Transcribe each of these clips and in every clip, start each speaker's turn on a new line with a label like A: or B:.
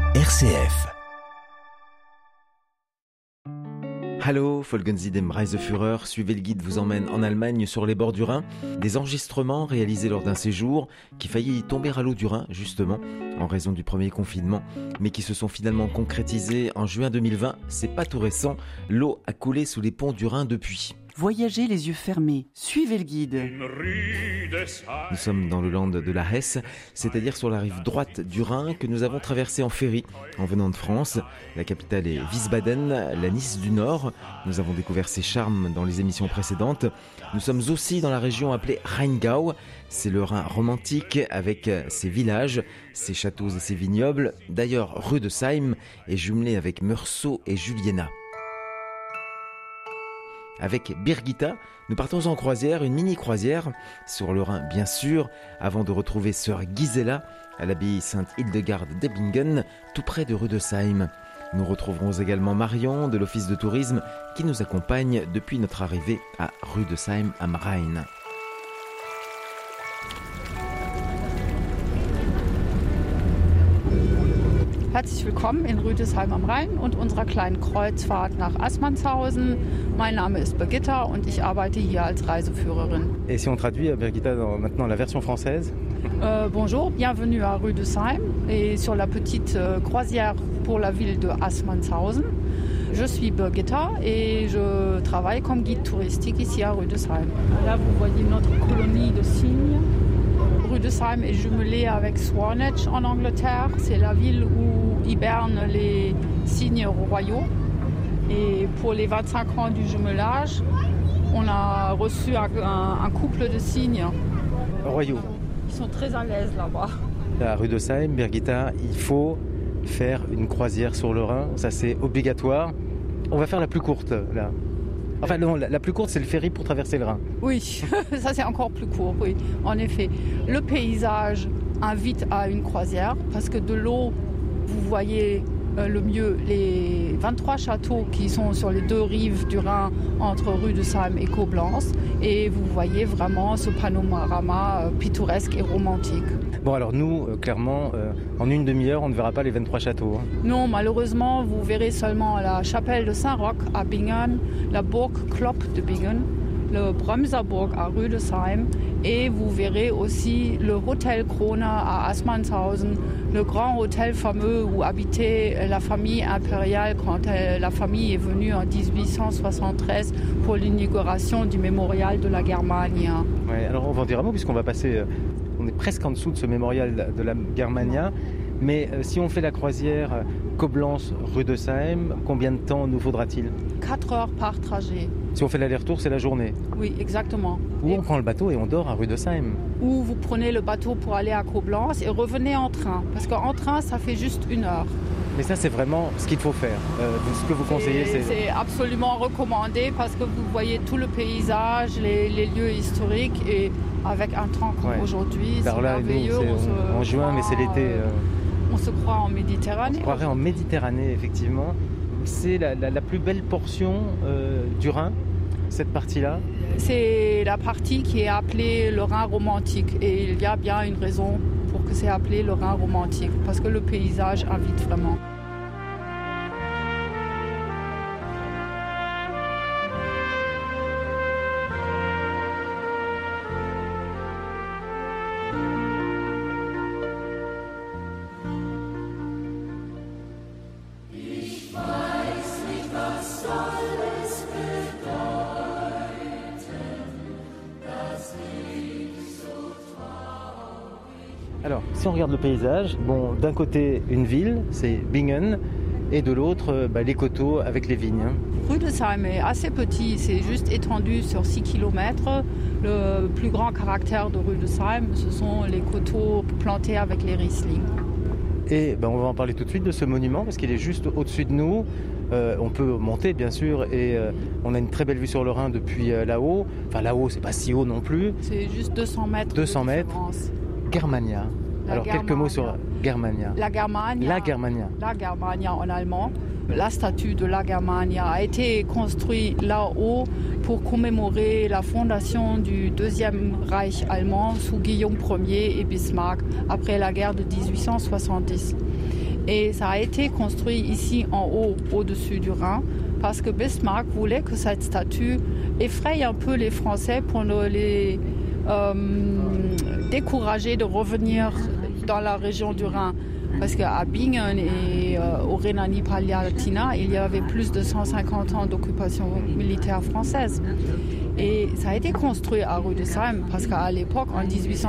A: RCF.
B: Hallo, folgen Sie dem Reiseführer, suivez le guide vous emmène en Allemagne sur les bords du Rhin. Des enregistrements réalisés lors d'un séjour qui faillit tomber à l'eau du Rhin, justement, en raison du premier confinement, mais qui se sont finalement concrétisés en juin 2020. C'est pas tout récent, l'eau a coulé sous les ponts du Rhin depuis.
C: Voyagez les yeux fermés, suivez le guide.
B: Nous sommes dans le land de la Hesse, c'est-à-dire sur la rive droite du Rhin que nous avons traversé en ferry en venant de France. La capitale est Wiesbaden, la Nice du Nord. Nous avons découvert ses charmes dans les émissions précédentes. Nous sommes aussi dans la région appelée Rheingau. C'est le Rhin romantique avec ses villages, ses châteaux et ses vignobles. D'ailleurs, Rüdesheim est jumelé avec Meursault et Juliena. Avec Birgitta, nous partons en croisière, une mini-croisière, sur le Rhin bien sûr, avant de retrouver sœur Gisela à l'abbaye Sainte-Hildegarde d'Ebbingen, tout près de Rüdesheim. Nous retrouverons également Marion de l'Office de tourisme qui nous accompagne depuis notre arrivée à Rüdesheim am Rhein.
D: Herzlich willkommen in Rüdesheim am Rhein und unserer kleinen Kreuzfahrt nach Assmannshausen. Mein Name ist Birgitta und ich arbeite hier als Reiseführerin.
E: Et si on traduit, Birgitta, maintenant la version française?
D: Bonjour, bienvenue à Rüdesheim et sur la petite croisière pour la ville de Assmannshausen. Je suis Birgitta et je travaille comme guide touristique ici à Rüdesheim. Là, vous voyez notre colonie de cygnes. Rüdesheim est jumelé avec Swanage en Angleterre. C'est la ville où hibernent les cygnes royaux. Et pour les 25 ans du jumelage, on a reçu un couple de cygnes.
E: Royaux.
D: Ils sont très à l'aise là-bas.
E: À Rüdesheim, Birgitta, il faut faire une croisière sur le Rhin. Ça, c'est obligatoire. On va faire la plus courte, là. Enfin non, la plus courte, c'est le ferry pour traverser le Rhin.
D: Oui, ça c'est encore plus court, oui, en effet. Le paysage invite à une croisière parce que de l'eau, vous voyez le mieux les 23 châteaux qui sont sur les deux rives du Rhin entre Rüdesheim et Koblenz et vous voyez vraiment ce panorama pittoresque et romantique.
E: Bon alors nous, clairement, en une demi-heure, on ne verra pas les 23 châteaux.
D: Non, malheureusement, vous verrez seulement la chapelle de Saint-Roch à Bingen, la Burg Klopp de Bingen, le Bremserburg à Rüdesheim et vous verrez aussi le Hotel Krone à Assmannshausen, le grand hôtel fameux où habitait la famille impériale quand la famille est venue en 1873 pour l'inauguration du mémorial de la Germania.
E: Ouais, alors on va en dire un mot puisqu'on va passer, on est presque en dessous de ce mémorial de la Germania. Mais si on fait la croisière Koblenz-Rüdesheim, combien de temps nous faudra-t-il?
D: 4 heures par trajet.
E: Si on fait l'aller-retour, c'est la journée?
D: Oui, exactement.
E: Ou on prend le bateau et on dort à Rüdesheim?
D: Ou vous prenez le bateau pour aller à Koblenz et revenez en train. Parce qu'en train, ça fait juste 1 heure.
E: Mais ça, c'est vraiment ce qu'il faut faire. Ce que vous conseillez,
D: c'est absolument recommandé parce que vous voyez tout le paysage, les lieux historiques et avec un temps comme aujourd'hui, c'est merveilleux.
E: En juin, mais c'est l'été.
D: On se croit en Méditerranée.
E: On se croirait en Méditerranée, effectivement. C'est la plus belle portion du Rhin, cette partie-là.
D: C'est la partie qui est appelée le Rhin romantique. Et il y a bien une raison pour que c'est appelé le Rhin romantique. Parce que le paysage invite vraiment.
E: Alors, si on regarde le paysage, bon, d'un côté une ville, c'est Bingen, et de l'autre, les coteaux avec les vignes.
D: Rüdesheim est assez petit, c'est juste étendu sur 6 km. Le plus grand caractère de Rüdesheim, ce sont les coteaux plantés avec les Riesling.
E: Et on va en parler tout de suite de ce monument, parce qu'il est juste au-dessus de nous. On peut monter, bien sûr, et on a une très belle vue sur le Rhin depuis là-haut. Enfin, là-haut, c'est pas si haut non plus.
D: C'est juste 200 mètres.
E: 200 mètres. Germania. Alors, quelques mots sur Germania.
D: La Germania.
E: La Germania.
D: La Germania en allemand. La statue de la Germania a été construite là-haut pour commémorer la fondation du Deuxième Reich allemand sous Guillaume Ier et Bismarck après la guerre de 1870. Et ça a été construit ici en haut, au-dessus du Rhin, parce que Bismarck voulait que cette statue effraie un peu les Français pour les décourager de revenir dans la région du Rhin. Parce qu'à Bingen et au Rhénanie-Palatinat, il y avait plus de 150 ans d'occupation militaire française. Et ça a été construit à Rüdesheim parce qu'à l'époque, en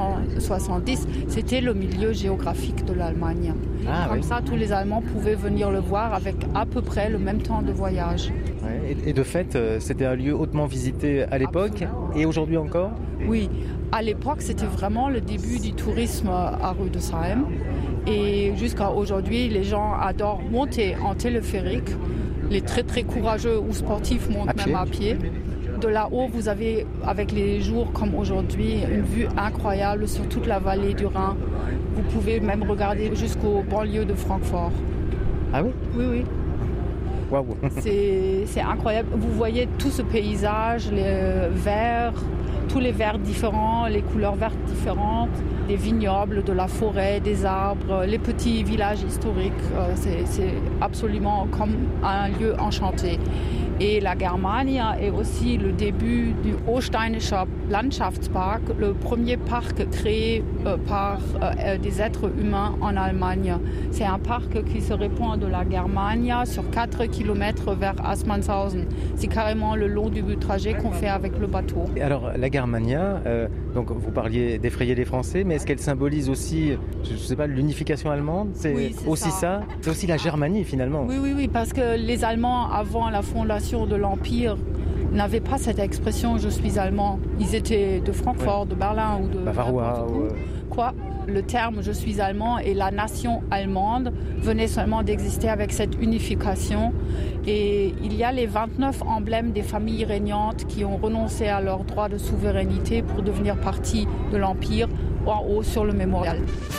D: 1870, c'était le milieu géographique de l'Allemagne. Comme ça, tous les Allemands pouvaient venir le voir avec à peu près le même temps de voyage.
E: Ouais, et de fait, c'était un lieu hautement visité à l'époque. Absolument. Et aujourd'hui encore ?
D: Oui, à l'époque, c'était vraiment le début du tourisme à Rüdesheim. Et jusqu'à aujourd'hui, les gens adorent monter en téléphérique. Les très très courageux ou sportifs montent même à pied. De là-haut, vous avez, avec les jours comme aujourd'hui, une vue incroyable sur toute la vallée du Rhin. Vous pouvez même regarder jusqu'aux banlieues de Francfort.
E: Ah oui ?
D: Oui, oui.
E: Waouh.
D: C'est incroyable. Vous voyez tout ce paysage, les verts, tous les verts différents, les couleurs vertes différentes, des vignobles, de la forêt, des arbres, les petits villages historiques. C'est absolument comme un lieu enchanté. Et la Germania est aussi le début du Oststeinischer Landschaftspark, le premier parc créé par des êtres humains en Allemagne. C'est un parc qui se répand de la Germania sur 4 km vers Assmannshausen. C'est carrément le long du trajet qu'on fait avec le bateau.
E: Et alors, la Germania, donc vous parliez d'effrayer les Français, mais est-ce qu'elle symbolise aussi, je ne sais pas, l'unification allemande ? C'est aussi ça. C'est aussi la Germanie finalement.
D: Oui, parce que les Allemands, avant la fondation de l'Empire, n'avaient pas cette expression « je suis allemand ». Ils étaient de Francfort, de Berlin ou de
E: Bavarois.
D: Quoi ? Le terme « je suis allemand » et la nation allemande venaient seulement d'exister avec cette unification. Et il y a les 29 emblèmes des familles régnantes qui ont renoncé à leur droit de souveraineté pour devenir partie de l'Empire en haut sur le mémorial.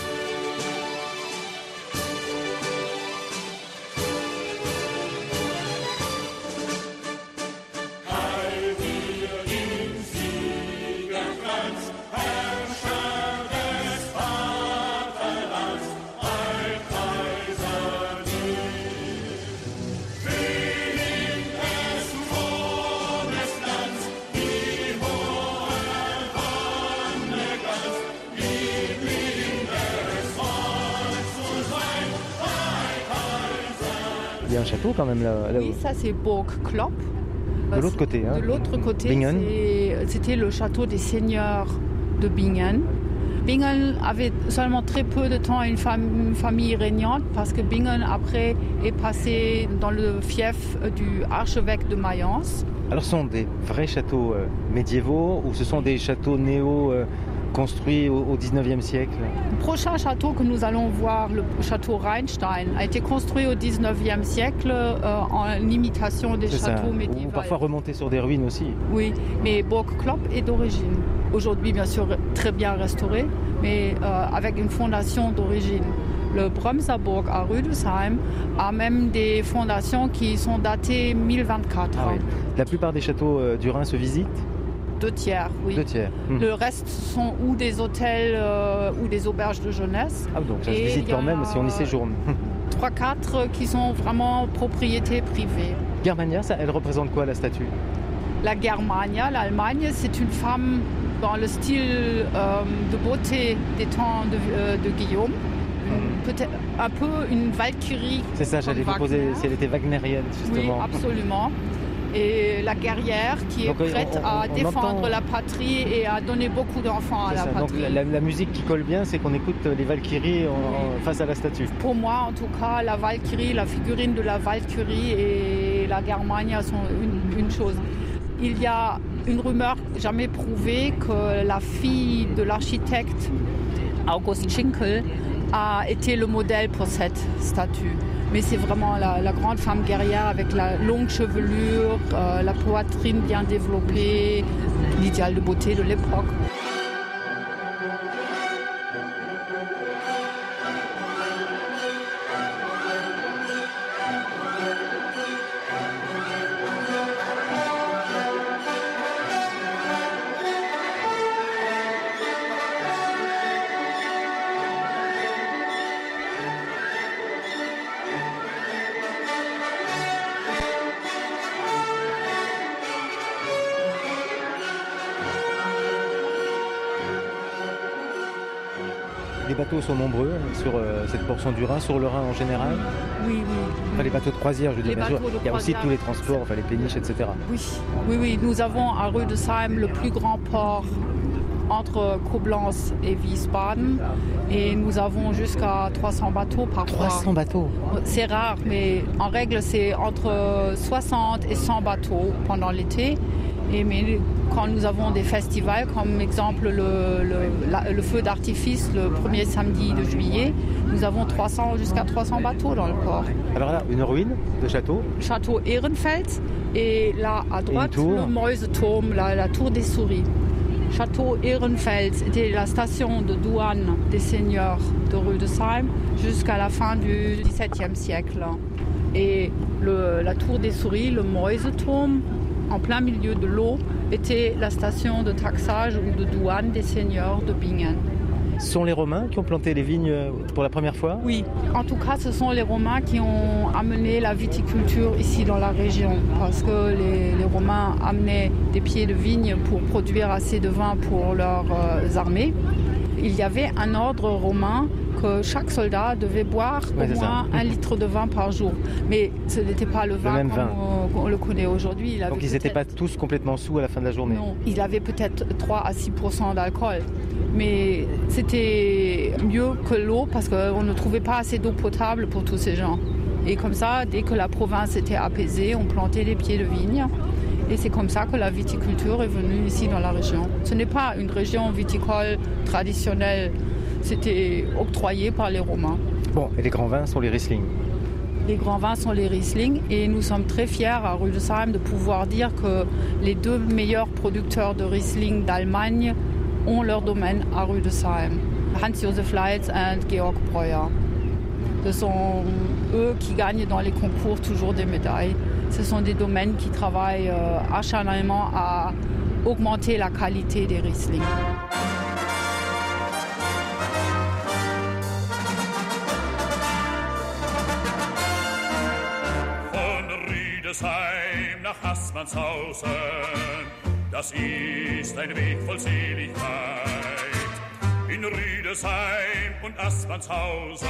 E: Il y a un château quand même là.
D: Oui, ça c'est Burg Klopp.
E: De l'autre côté.
D: De l'autre côté, c'était le château des seigneurs de Bingen. Bingen avait seulement très peu de temps une famille régnante parce que Bingen après est passé dans le fief du archevêque de Mayence.
E: Alors ce sont des vrais châteaux médiévaux ou ce sont des châteaux construit au 19e siècle.
D: Le prochain château que nous allons voir, le château Rheinstein, a été construit au 19e siècle en imitation des châteaux médiévaux.
E: Ou parfois remonté sur des ruines aussi.
D: Oui, mais Burg Klopp est d'origine. Aujourd'hui, bien sûr, très bien restauré, mais avec une fondation d'origine. Le Bremserburg à Rüdesheim a même des fondations qui sont datées 1024.
E: Ah oui. La plupart des châteaux du Rhin se visitent ?
D: 2 tiers, oui.
E: 2 tiers.
D: Le reste sont ou des hôtels ou des auberges de jeunesse.
E: Ah, donc ça se visite quand même si on y séjourne.
D: 3-4 qui sont vraiment propriétés privées.
E: Germania, elle représente quoi la statue ?
D: La Germania, l'Allemagne, c'est une femme dans le style de beauté des temps de Guillaume. Peut-être un peu une Valkyrie.
E: C'est ça, j'allais vous poser si elle était wagnérienne, justement.
D: Oui, absolument. Et la guerrière qui est prête à défendre la patrie et à donner beaucoup d'enfants à la patrie.
E: Donc la musique qui colle bien, c'est qu'on écoute les Valkyries face à la statue.
D: Pour moi, en tout cas, la Valkyrie, la figurine de la Valkyrie et la Germania sont une chose. Il y a une rumeur jamais prouvée que la fille de l'architecte August Schinkel a été le modèle pour cette statue. Mais c'est vraiment la grande femme guerrière avec la longue chevelure, la poitrine bien développée, l'idéal de beauté de l'époque.
E: Les bateaux sont nombreux sur cette portion du Rhin, sur le Rhin en général.
D: Oui.
E: Enfin, les bateaux de croisière, je veux dire, bien sûr. Il y a aussi tous les transports, enfin, les péniches, etc.
D: Oui. Nous avons à Rüdesheim le plus grand port entre Koblenz et Wiesbaden. Et nous avons jusqu'à 300 bateaux par mois.
E: 300 bateaux.
D: C'est rare, mais en règle, c'est entre 60 et 100 bateaux pendant l'été. Mais quand nous avons des festivals, comme exemple le feu d'artifice le premier samedi de juillet, nous avons jusqu'à 300 bateaux dans le port.
E: Alors là, une ruine de château.
D: Château Ehrenfeld et là à droite, le Mäuseturm, la tour des souris. Château Ehrenfeld était la station de douane des seigneurs de Rüdesheim jusqu'à la fin du XVIIe siècle. Et la tour des souris, le Mäuseturm, en plein milieu de l'eau, était la station de taxage ou de douane des seigneurs de Bingen.
E: Ce sont les Romains qui ont planté les vignes pour la première fois ?
D: Oui, en tout cas, ce sont les Romains qui ont amené la viticulture ici dans la région, parce que les Romains amenaient des pieds de vigne pour produire assez de vin pour leurs armées. Il y avait un ordre romain que chaque soldat devait boire au moins 1 litre de vin par jour. Mais ce n'était pas le vin comme on le connaît aujourd'hui.
E: Donc ils n'étaient pas tous complètement saouls à la fin de la journée ?
D: Non, il avait peut-être 3 à 6% d'alcool. Mais c'était mieux que l'eau parce qu'on ne trouvait pas assez d'eau potable pour tous ces gens. Et comme ça, dès que la province était apaisée, on plantait des pieds de vigne. Et c'est comme ça que la viticulture est venue ici dans la région. Ce n'est pas une région viticole traditionnelle. C'était octroyé par les Romains.
E: Bon, et les grands vins sont les Riesling.
D: Les grands vins sont les Riesling et nous sommes très fiers à Rüdesheim de pouvoir dire que les 2 meilleurs producteurs de Riesling d'Allemagne ont leur domaine à Rüdesheim. Hans-Josef Leitz et Georg Breuer. Ce sont eux qui gagnent dans les concours toujours des médailles. Ce sont des domaines qui travaillent acharnément à augmenter la qualité des Riesling.
A: Rüdesheim nach Assmannshausen, das ist ein Weg voll Seligkeit. In Rüdesheim und Assmannshausen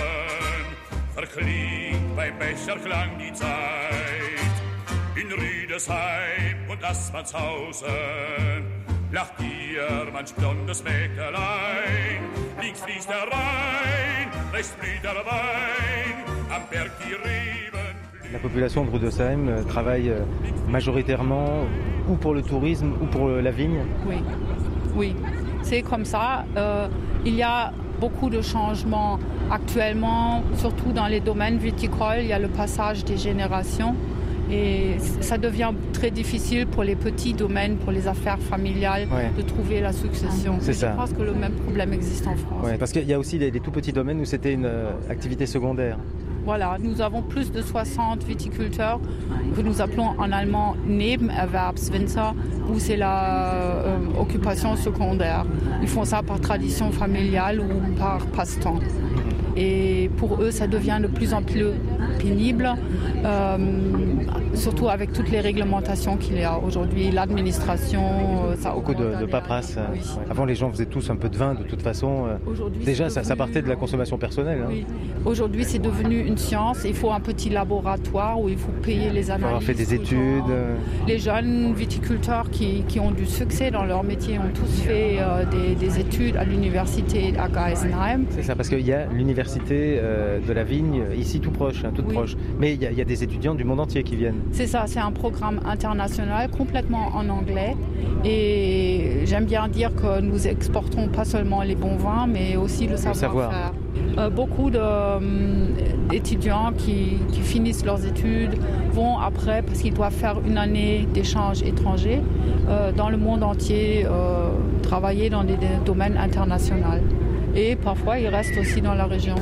A: verklingt beim Becherklang die Zeit. In Rüdesheim und Assmannshausen lacht dir manch blondes Mägdelein. Links fließt der Rhein, rechts blüht der Wein, am Berg die Reben.
E: La population de Rüdesheim travaille majoritairement ou pour le tourisme ou pour la vigne.
D: Oui, c'est comme ça. Il y a beaucoup de changements actuellement, surtout dans les domaines viticoles. Il y a le passage des générations et ça devient très difficile pour les petits domaines, pour les affaires familiales, de trouver la succession.
E: C'est ça.
D: Je pense que le même problème existe en France.
E: Ouais, parce qu'il y a aussi des tout petits domaines où c'était une activité secondaire.
D: Voilà, nous avons plus de 60 viticulteurs que nous appelons en allemand Nebenerwerbswinzer, où c'est la occupation secondaire. Ils font ça par tradition familiale ou par passe-temps. Et pour eux, ça devient de plus en plus pénible, surtout avec toutes les réglementations qu'il y a aujourd'hui, l'administration.
E: Beaucoup de paperasse.
D: Oui.
E: Avant, les gens faisaient tous un peu de vin de toute façon. Déjà, ça partait de la consommation personnelle. Hein.
D: Oui. Aujourd'hui, c'est devenu une science. Il faut un petit laboratoire où il faut payer les analyses.
E: Avoir fait des études.
D: Les jeunes viticulteurs qui ont du succès dans leur métier ont tous fait des études à l'université à Geisenheim.
E: C'est ça, parce qu'il y a l'université de la vigne ici tout proche, toute proche. Mais il y a des étudiants du monde entier qui viennent.
D: C'est ça, c'est un programme international complètement en anglais. Et j'aime bien dire que nous exportons pas seulement les bons vins, mais aussi le savoir-faire. Beaucoup d'étudiants qui finissent leurs études vont après, parce qu'ils doivent faire une année d'échange étranger, dans le monde entier, travailler dans des domaines internationaux. Et parfois, ils restent aussi dans la région.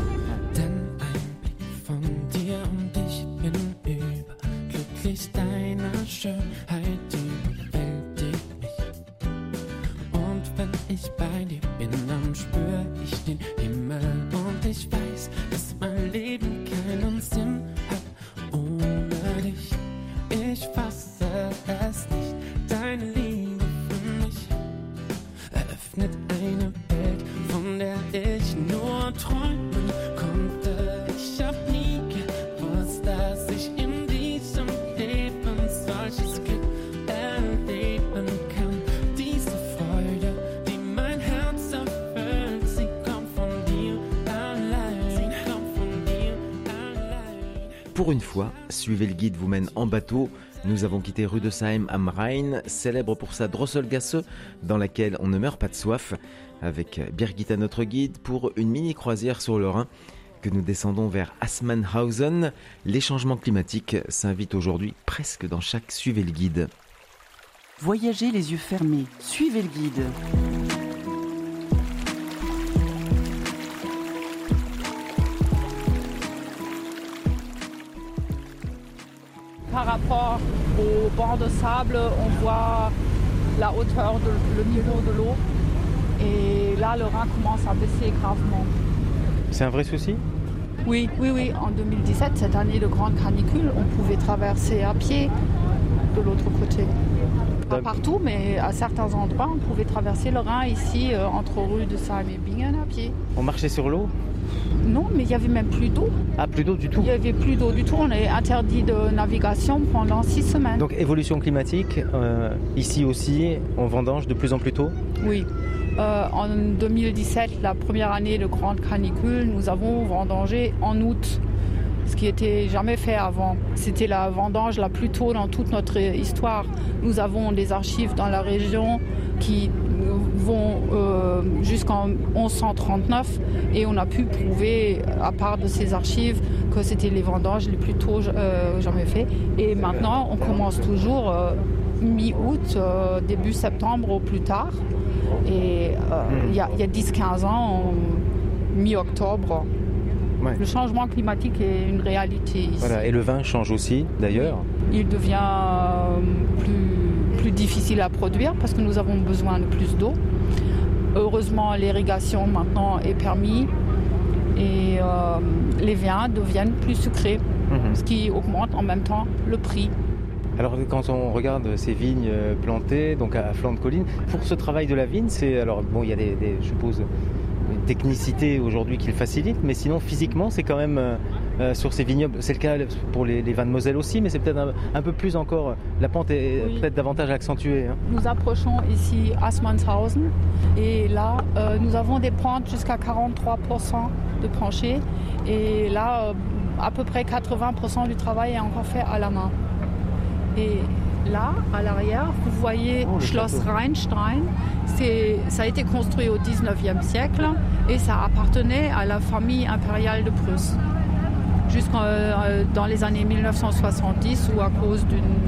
B: Pour une fois, suivez le guide vous mène en bateau. Nous avons quitté Rüdesheim am Rhein, célèbre pour sa Drosselgasse, dans laquelle on ne meurt pas de soif, avec Birgitta notre guide, pour une mini-croisière sur le Rhin, que nous descendons vers Assmanshausen. Les changements climatiques s'invitent aujourd'hui presque dans chaque Suivez le guide.
C: Voyagez les yeux fermés, suivez le guide.
D: Par rapport au banc de sable, on voit la hauteur, le niveau de l'eau. Et là, le Rhin commence à baisser gravement.
E: C'est un vrai souci ?
D: Oui. En 2017, cette année de grande canicule, on pouvait traverser à pied de l'autre côté. Pas partout, mais à certains endroits, on pouvait traverser le Rhin ici, entre Rüdesheim et Bingen à pied.
E: On marchait sur l'eau ?
D: Non, mais il n'y avait même plus d'eau.
E: Ah, plus d'eau du tout ?
D: Il n'y avait plus d'eau du tout. On est interdit de navigation pendant 6 semaines.
E: Donc évolution climatique, ici aussi, on vendange de plus en plus tôt ?
D: Oui. En 2017, la première année de grande canicule, nous avons vendangé en août, ce qui n'était jamais fait avant. C'était la vendange la plus tôt dans toute notre histoire. Nous avons des archives dans la région qui vont jusqu'en 1139 et on a pu prouver, à part de ces archives, que c'était les vendanges les plus tôt jamais faites. Et maintenant, on commence toujours mi-août, début septembre au plus tard. Et il y a 10-15 ans, mi-octobre, le changement climatique est une réalité ici.
E: Voilà. Et le vin change aussi, d'ailleurs.
D: Il devient plus difficile à produire parce que nous avons besoin de plus d'eau. Heureusement, l'irrigation maintenant est permise et les vins deviennent plus sucrés, ce qui augmente en même temps le prix.
E: Alors quand on regarde ces vignes plantées, donc à flanc de colline, pour ce travail de la vigne, il y a je suppose, une technicité aujourd'hui qui le facilite, mais sinon physiquement c'est quand même sur ces vignobles, c'est le cas pour les vins de Moselle aussi, mais c'est peut-être un peu plus encore, la pente est peut-être davantage accentuée.
D: Nous approchons ici Assmanshausen et là nous avons des pentes jusqu'à 43% de pencher et là à peu près 80% du travail est encore fait à la main. Et là, à l'arrière, vous voyez Schloss Rheinstein. Ça a été construit au 19e siècle et ça appartenait à la famille impériale de Prusse. Dans les années 1970, où à cause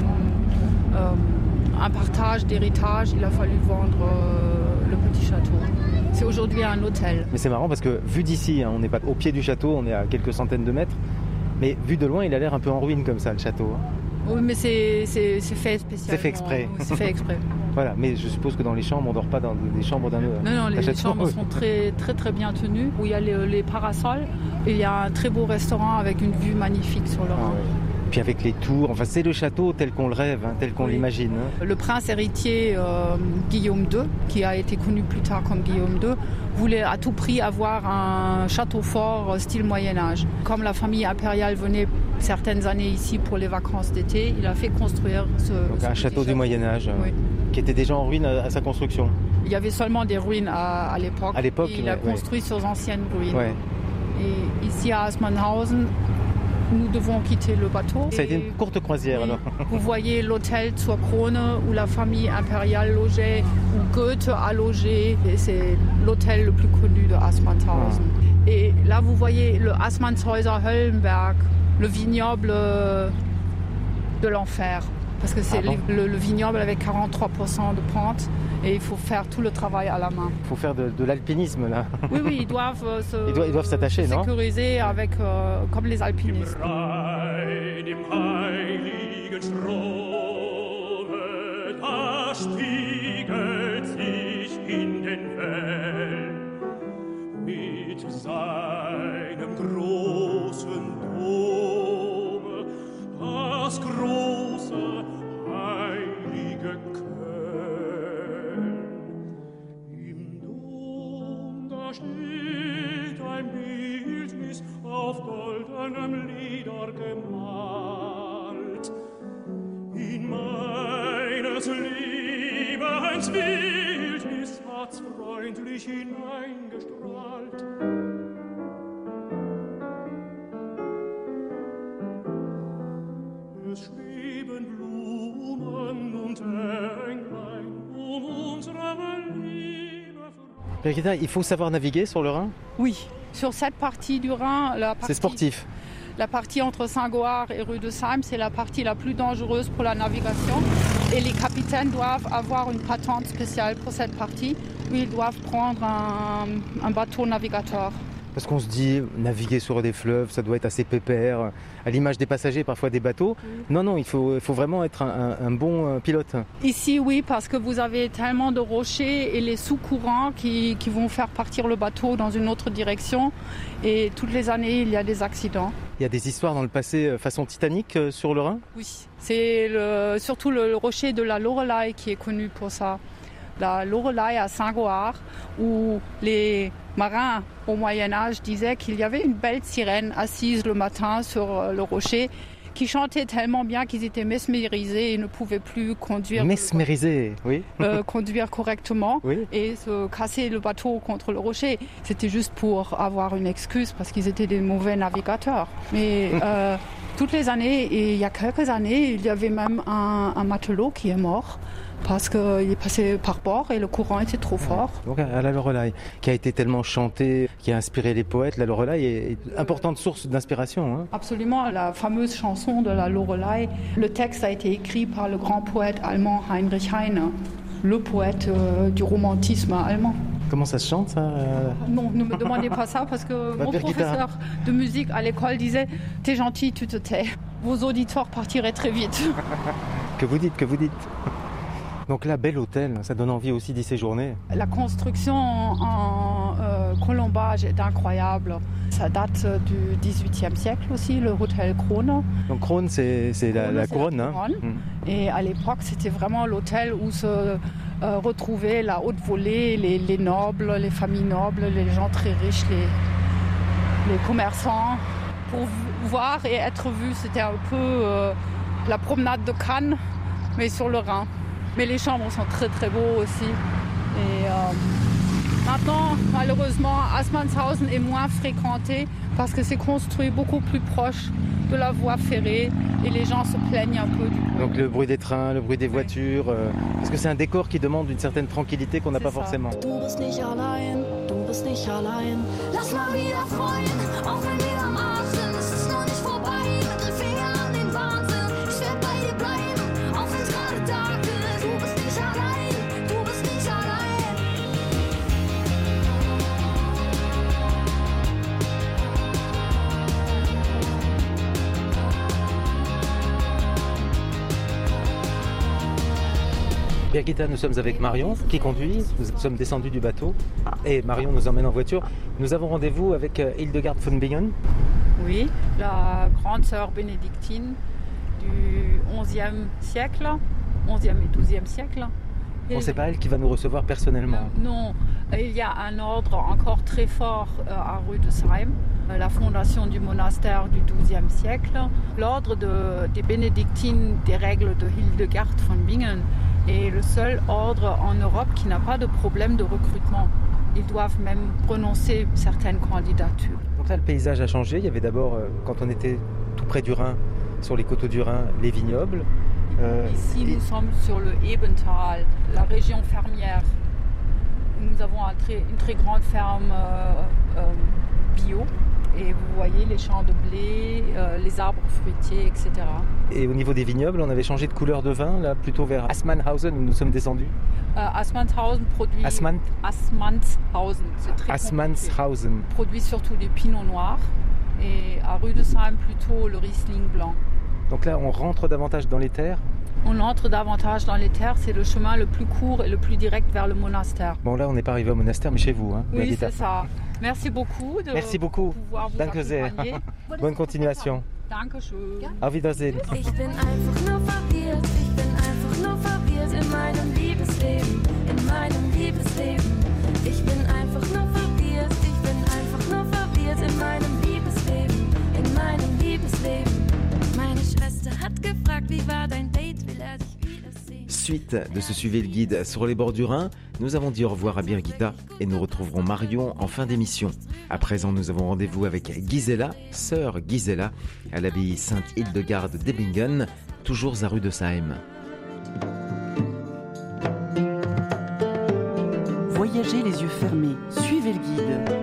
D: d'un partage d'héritage, il a fallu vendre le petit château. C'est aujourd'hui un hôtel.
E: Mais c'est marrant parce que vu d'ici, on n'est pas au pied du château, on est à quelques centaines de mètres. Mais vu de loin, il a l'air un peu en ruine comme ça, le château.
D: Oui, mais c'est fait spécialement.
E: C'est fait exprès.
D: Oui, c'est fait exprès.
E: Voilà, mais je suppose que dans les chambres, on ne dort pas dans des chambres d'un autre.
D: Non, les chambres sont très, très, très bien tenues. Où il y a les parasols. Et il y a un très beau restaurant avec une vue magnifique sur le Rhin.
E: Puis avec les tours, enfin c'est le château tel qu'on le rêve, tel qu'on l'imagine.
D: Le prince héritier Guillaume II, qui a été connu plus tard comme Guillaume II, voulait à tout prix avoir un château fort style Moyen-Âge. Comme la famille impériale venait certaines années ici pour les vacances d'été, il a fait construire
E: un château du Moyen-Âge, qui était déjà en ruine à sa construction.
D: Il y avait seulement des ruines à l'époque. Et il a construit sur anciennes ruines.
E: Ouais.
D: Et ici à Assmanshausen, nous devons quitter le bateau.
E: Ça a été une courte croisière alors.
D: Vous voyez l'hôtel zur Krone où la famille impériale logeait, où Goethe a logé. Et c'est l'hôtel le plus connu de Assmanshausen. Et là vous voyez le Assmannshäuser Höllenberg, le vignoble de l'enfer. Parce que c'est le vignoble avec 43% de pente et il faut faire tout le travail à la main.
E: Il faut faire de l'alpinisme là.
D: Oui, ils doivent
E: s'attacher, non ?
D: Sécuriser avec, comme les alpinistes.
A: Steht ein Bildnis auf goldenem Leder gemalt. In meines Lebens Bildnis hat's freundlich hineingestrahlt.
E: Birgitta, il faut savoir naviguer sur le Rhin ?
D: Oui, sur cette partie du Rhin,
E: c'est sportif.
D: La partie entre Saint-Goard et Rüdesheim, c'est la partie la plus dangereuse pour la navigation. Et les capitaines doivent avoir une patente spéciale pour cette partie où ils doivent prendre un bateau navigateur.
E: Parce qu'on se dit, naviguer sur des fleuves, ça doit être assez pépère, à l'image des passagers, parfois des bateaux. Non, il faut vraiment être un bon pilote.
D: Ici, oui, parce que vous avez tellement de rochers et les sous-courants qui vont faire partir le bateau dans une autre direction. Et toutes les années, il y a des accidents.
E: Il y a des histoires dans le passé façon Titanic sur le Rhin ?
D: Oui, c'est surtout le rocher de la Loreley qui est connu pour ça. La Loreley à Saint-Goard, où les marins au Moyen-Âge disaient qu'il y avait une belle sirène assise le matin sur le rocher qui chantait tellement bien qu'ils étaient mesmérisés et ne pouvaient plus conduire.
E: Mesmérisés, oui.
D: Conduire correctement, oui. Et se casser le bateau contre le rocher. C'était juste pour avoir une excuse parce qu'ils étaient des mauvais navigateurs. Mais toutes les années, et il y a quelques années, il y avait même un matelot qui est mort parce qu'il est passé par bord et le courant était trop fort.
E: Donc à la Loreley, qui a été tellement chantée, qui a inspiré les poètes, la Loreley est une importante source d'inspiration. Hein.
D: Absolument, la fameuse chanson de la Loreley, le texte a été écrit par le grand poète allemand Heinrich Heine, le poète du romantisme allemand.
E: Comment ça se chante, ça
D: Non, ne me demandez pas ça, parce que mon professeur de musique à l'école disait « T'es gentil, tu te tais. Vos auditeurs partiraient très vite. »
E: Que vous dites. Donc là, bel hôtel, ça donne envie aussi d'y séjourner.
D: La construction en colombage est incroyable. Ça date du XVIIIe siècle aussi, le hôtel Krone.
E: Donc Krone, c'est la couronne. Hein.
D: Et à l'époque, c'était vraiment l'hôtel où se retrouvaient la haute volée, les nobles, les familles nobles, les gens très riches, les commerçants. Pour voir et être vu, c'était un peu la promenade de Cannes, mais sur le Rhin. Mais les chambres sont très très beaux aussi. Et maintenant, malheureusement, Assmannshausen est moins fréquenté parce que c'est construit beaucoup plus proche de la voie ferrée et les gens se plaignent un peu du bruit.
E: Donc le bruit des trains, le bruit des voitures, parce que c'est un décor qui demande une certaine tranquillité qu'on n'a pas forcément.
F: Du bist nicht allein, du bist nicht allein. Lass mal wieder freuen, auch wenn wir am Arsch sind. Es ist noch nicht vorbei, mit dem Finger an den Wahnsinn. Ich werd bei dir bleiben, auch wenn's gerade Tag ist. Du bist nicht allein, du bist nicht allein.
E: Birgitta, nous sommes avec Marion qui conduit, nous sommes descendus du bateau et Marion nous emmène en voiture. Nous avons rendez-vous avec Hildegard von Bingen.
D: Oui, la grande sœur bénédictine du XIe siècle, XIe et XIIe siècle.
E: Bon, c'est pas elle qui va nous recevoir personnellement.
D: Non, il y a un ordre encore très fort à Rüdesheim, la fondation du monastère du XIIe siècle. L'ordre des bénédictines des règles de Hildegard von Bingen est le seul ordre en Europe qui n'a pas de problème de recrutement. Ils doivent même renoncer certaines candidatures.
E: Donc là, le paysage a changé. Il y avait d'abord, quand on était tout près du Rhin, sur les coteaux du Rhin, les vignobles.
D: Ici, nous sommes sur le Ebental, la région fermière. Nous avons une très grande ferme bio. Et vous voyez les champs de blé, les arbres fruitiers, etc.
E: Et au niveau des vignobles, on avait changé de couleur de vin, là, plutôt vers Assmannshausen, où nous sommes descendus.
D: Assmannshausen produit... Assmannshausen, c'est très
E: Assmannshausen.
D: Compliqué. Produit surtout des pinots noirs. Et à Rüdesheim, plutôt le Riesling blanc.
E: Donc là, on rentre davantage dans les terres.
D: On entre davantage dans les terres, c'est le chemin le plus court et le plus direct vers le monastère.
E: Bon, là, on n'est pas arrivé au monastère, mais chez vous. Hein,
D: oui, c'est ça. Merci beaucoup de pouvoir vous accompagner.
E: Bonne continuation.
D: Dankeschön.
E: Auf Wiedersehen.
F: Ich bin einfach nur verwirrt, ich bin einfach nur verwirrt in meinem Liebesleben, in meinem Liebesleben. Ich bin einfach nur verwirrt, ich bin einfach nur verwirrt in meinem Liebesleben, in meinem Liebesleben. Meine Schwester hat gefragt, wie war dein Date, will er sich wiedersehen.
B: Suite de ce Suivez le guide sur les bords du Rhin, nous avons dit au revoir à Birgitta et nous retrouverons Marion en fin d'émission. À présent, nous avons rendez-vous avec Gisela, sœur Gisela, à l'abbaye Sainte-Hildegarde d'Ebingen, toujours à Rüdesheim.
C: Voyagez les yeux fermés, suivez le guide.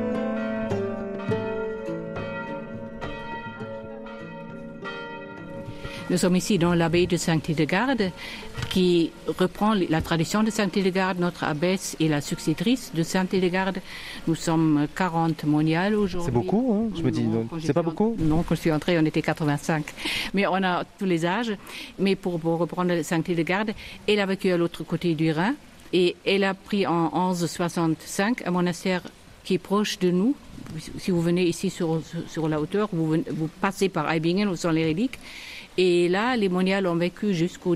G: Nous sommes ici dans l'abbaye de Sainte-Hildegarde qui reprend la tradition de Sainte-Hildegarde. Notre abbesse est la successrice de Sainte-Hildegarde. Nous sommes 40 moniales aujourd'hui.
E: C'est beaucoup, hein? Je me dis, c'est pas beaucoup?
G: Non, quand je suis entrée, on était 85. Mais on a tous les âges. Mais pour reprendre Sainte-Hildegarde, elle a vécu à l'autre côté du Rhin et elle a pris en 1165 un monastère qui est proche de nous. Si vous venez ici sur la hauteur, vous passez par Eibingen où sont les reliques. Et là, les moniales ont vécu jusqu'au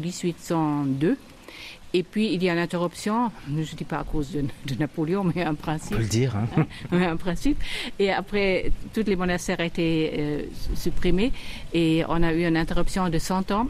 G: 1802. Et puis, il y a une interruption, je ne dis pas à cause de Napoléon, mais un principe.
E: On peut le dire. Hein.
G: Un principe. Et après, tous les monastères ont été supprimés. Et on a eu une interruption de 100 ans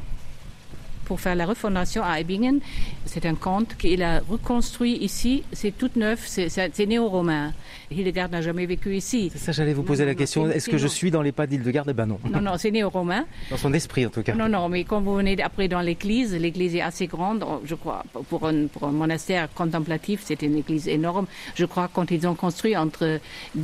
G: pour faire la refondation à Eibingen. C'est un comte qu'il a reconstruit ici. C'est tout neuf, c'est néo-romain. Hildegarde n'a jamais vécu ici.
E: C'est ça, j'allais vous poser la question. Est-ce que je suis dans les pas d'Hildegarde? Eh ben non.
G: Non, c'est néo-romain.
E: Dans son esprit, en tout cas.
G: Non, mais quand vous venez après dans l'église est assez grande, je crois, pour un monastère contemplatif, c'était une église énorme. Je crois quand ils ont construit entre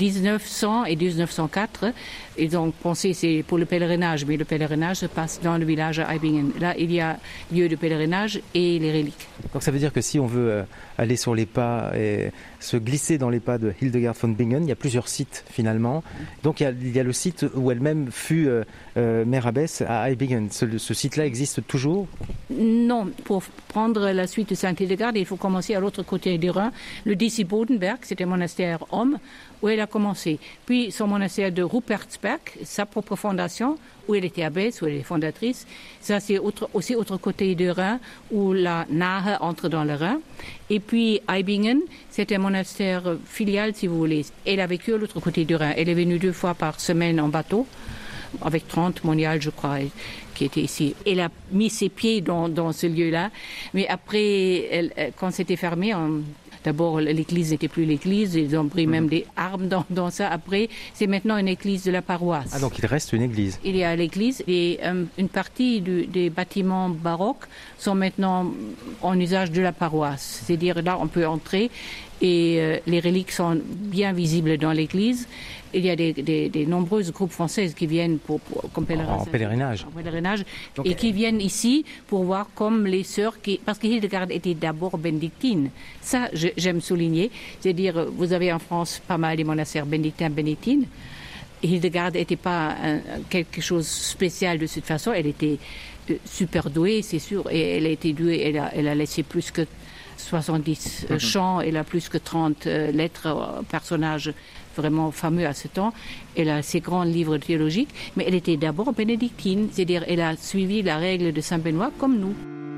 G: 1900 et 1904, ils ont pensé c'est pour le pèlerinage, mais le pèlerinage se passe dans le village à Eibingen. Là, il y a lieu de pèlerinage et les reliques.
E: Donc ça veut dire que si on veut aller sur les pas et se glisser dans les pas de Hildegard von Bingen, il y a plusieurs sites finalement. Donc il y a le site où elle-même fut mère abbesse à Eibingen. Ce site-là existe toujours?
G: Non, pour prendre la suite de Sainte-Hildegarde, il faut commencer à l'autre côté du Rhin. Le Disi-Bodenberg, c'était un monastère homme où elle a commencé. Puis son monastère de Rupertsberg, sa propre fondation, où elle était abbesse, où elle est fondatrice. Ça, c'est aussi autre côté du Rhin, où la Nahe entre dans le Rhin. Et puis Eibingen, c'est un monastère filial, si vous voulez. Elle a vécu à l'autre côté du Rhin. Elle est venue 2 fois par semaine en bateau, avec 30 moniales, je crois, qui étaient ici. Elle a mis ses pieds dans ce lieu-là. Mais après, quand c'était fermé, d'abord, l'église n'était plus l'église. Ils ont pris même des armes dans ça. Après, c'est maintenant une église de la paroisse.
E: Ah, donc il reste une église.
G: Il y a l'église et une partie des bâtiments baroques sont maintenant en usage de la paroisse. C'est-à-dire, là, on peut entrer et les reliques sont bien visibles dans l'église. Il y a des nombreuses groupes françaises qui viennent comme pèlerinage.
E: Donc,
G: et qui viennent ici pour voir comme les sœurs parce que Hildegarde était d'abord bénédictine. Ça, j'aime souligner. C'est-à-dire, vous avez en France pas mal de monastères bénédictines. Hildegarde n'était pas quelque chose de spécial de cette façon. Elle était super douée, c'est sûr. Et elle a été douée, elle a laissé plus que 70 chants, elle a plus que 30 lettres, personnages vraiment fameux à ce temps. Elle a ses grands livres théologiques, mais elle était d'abord bénédictine, c'est-à-dire elle a suivi la règle de Saint Benoît comme nous.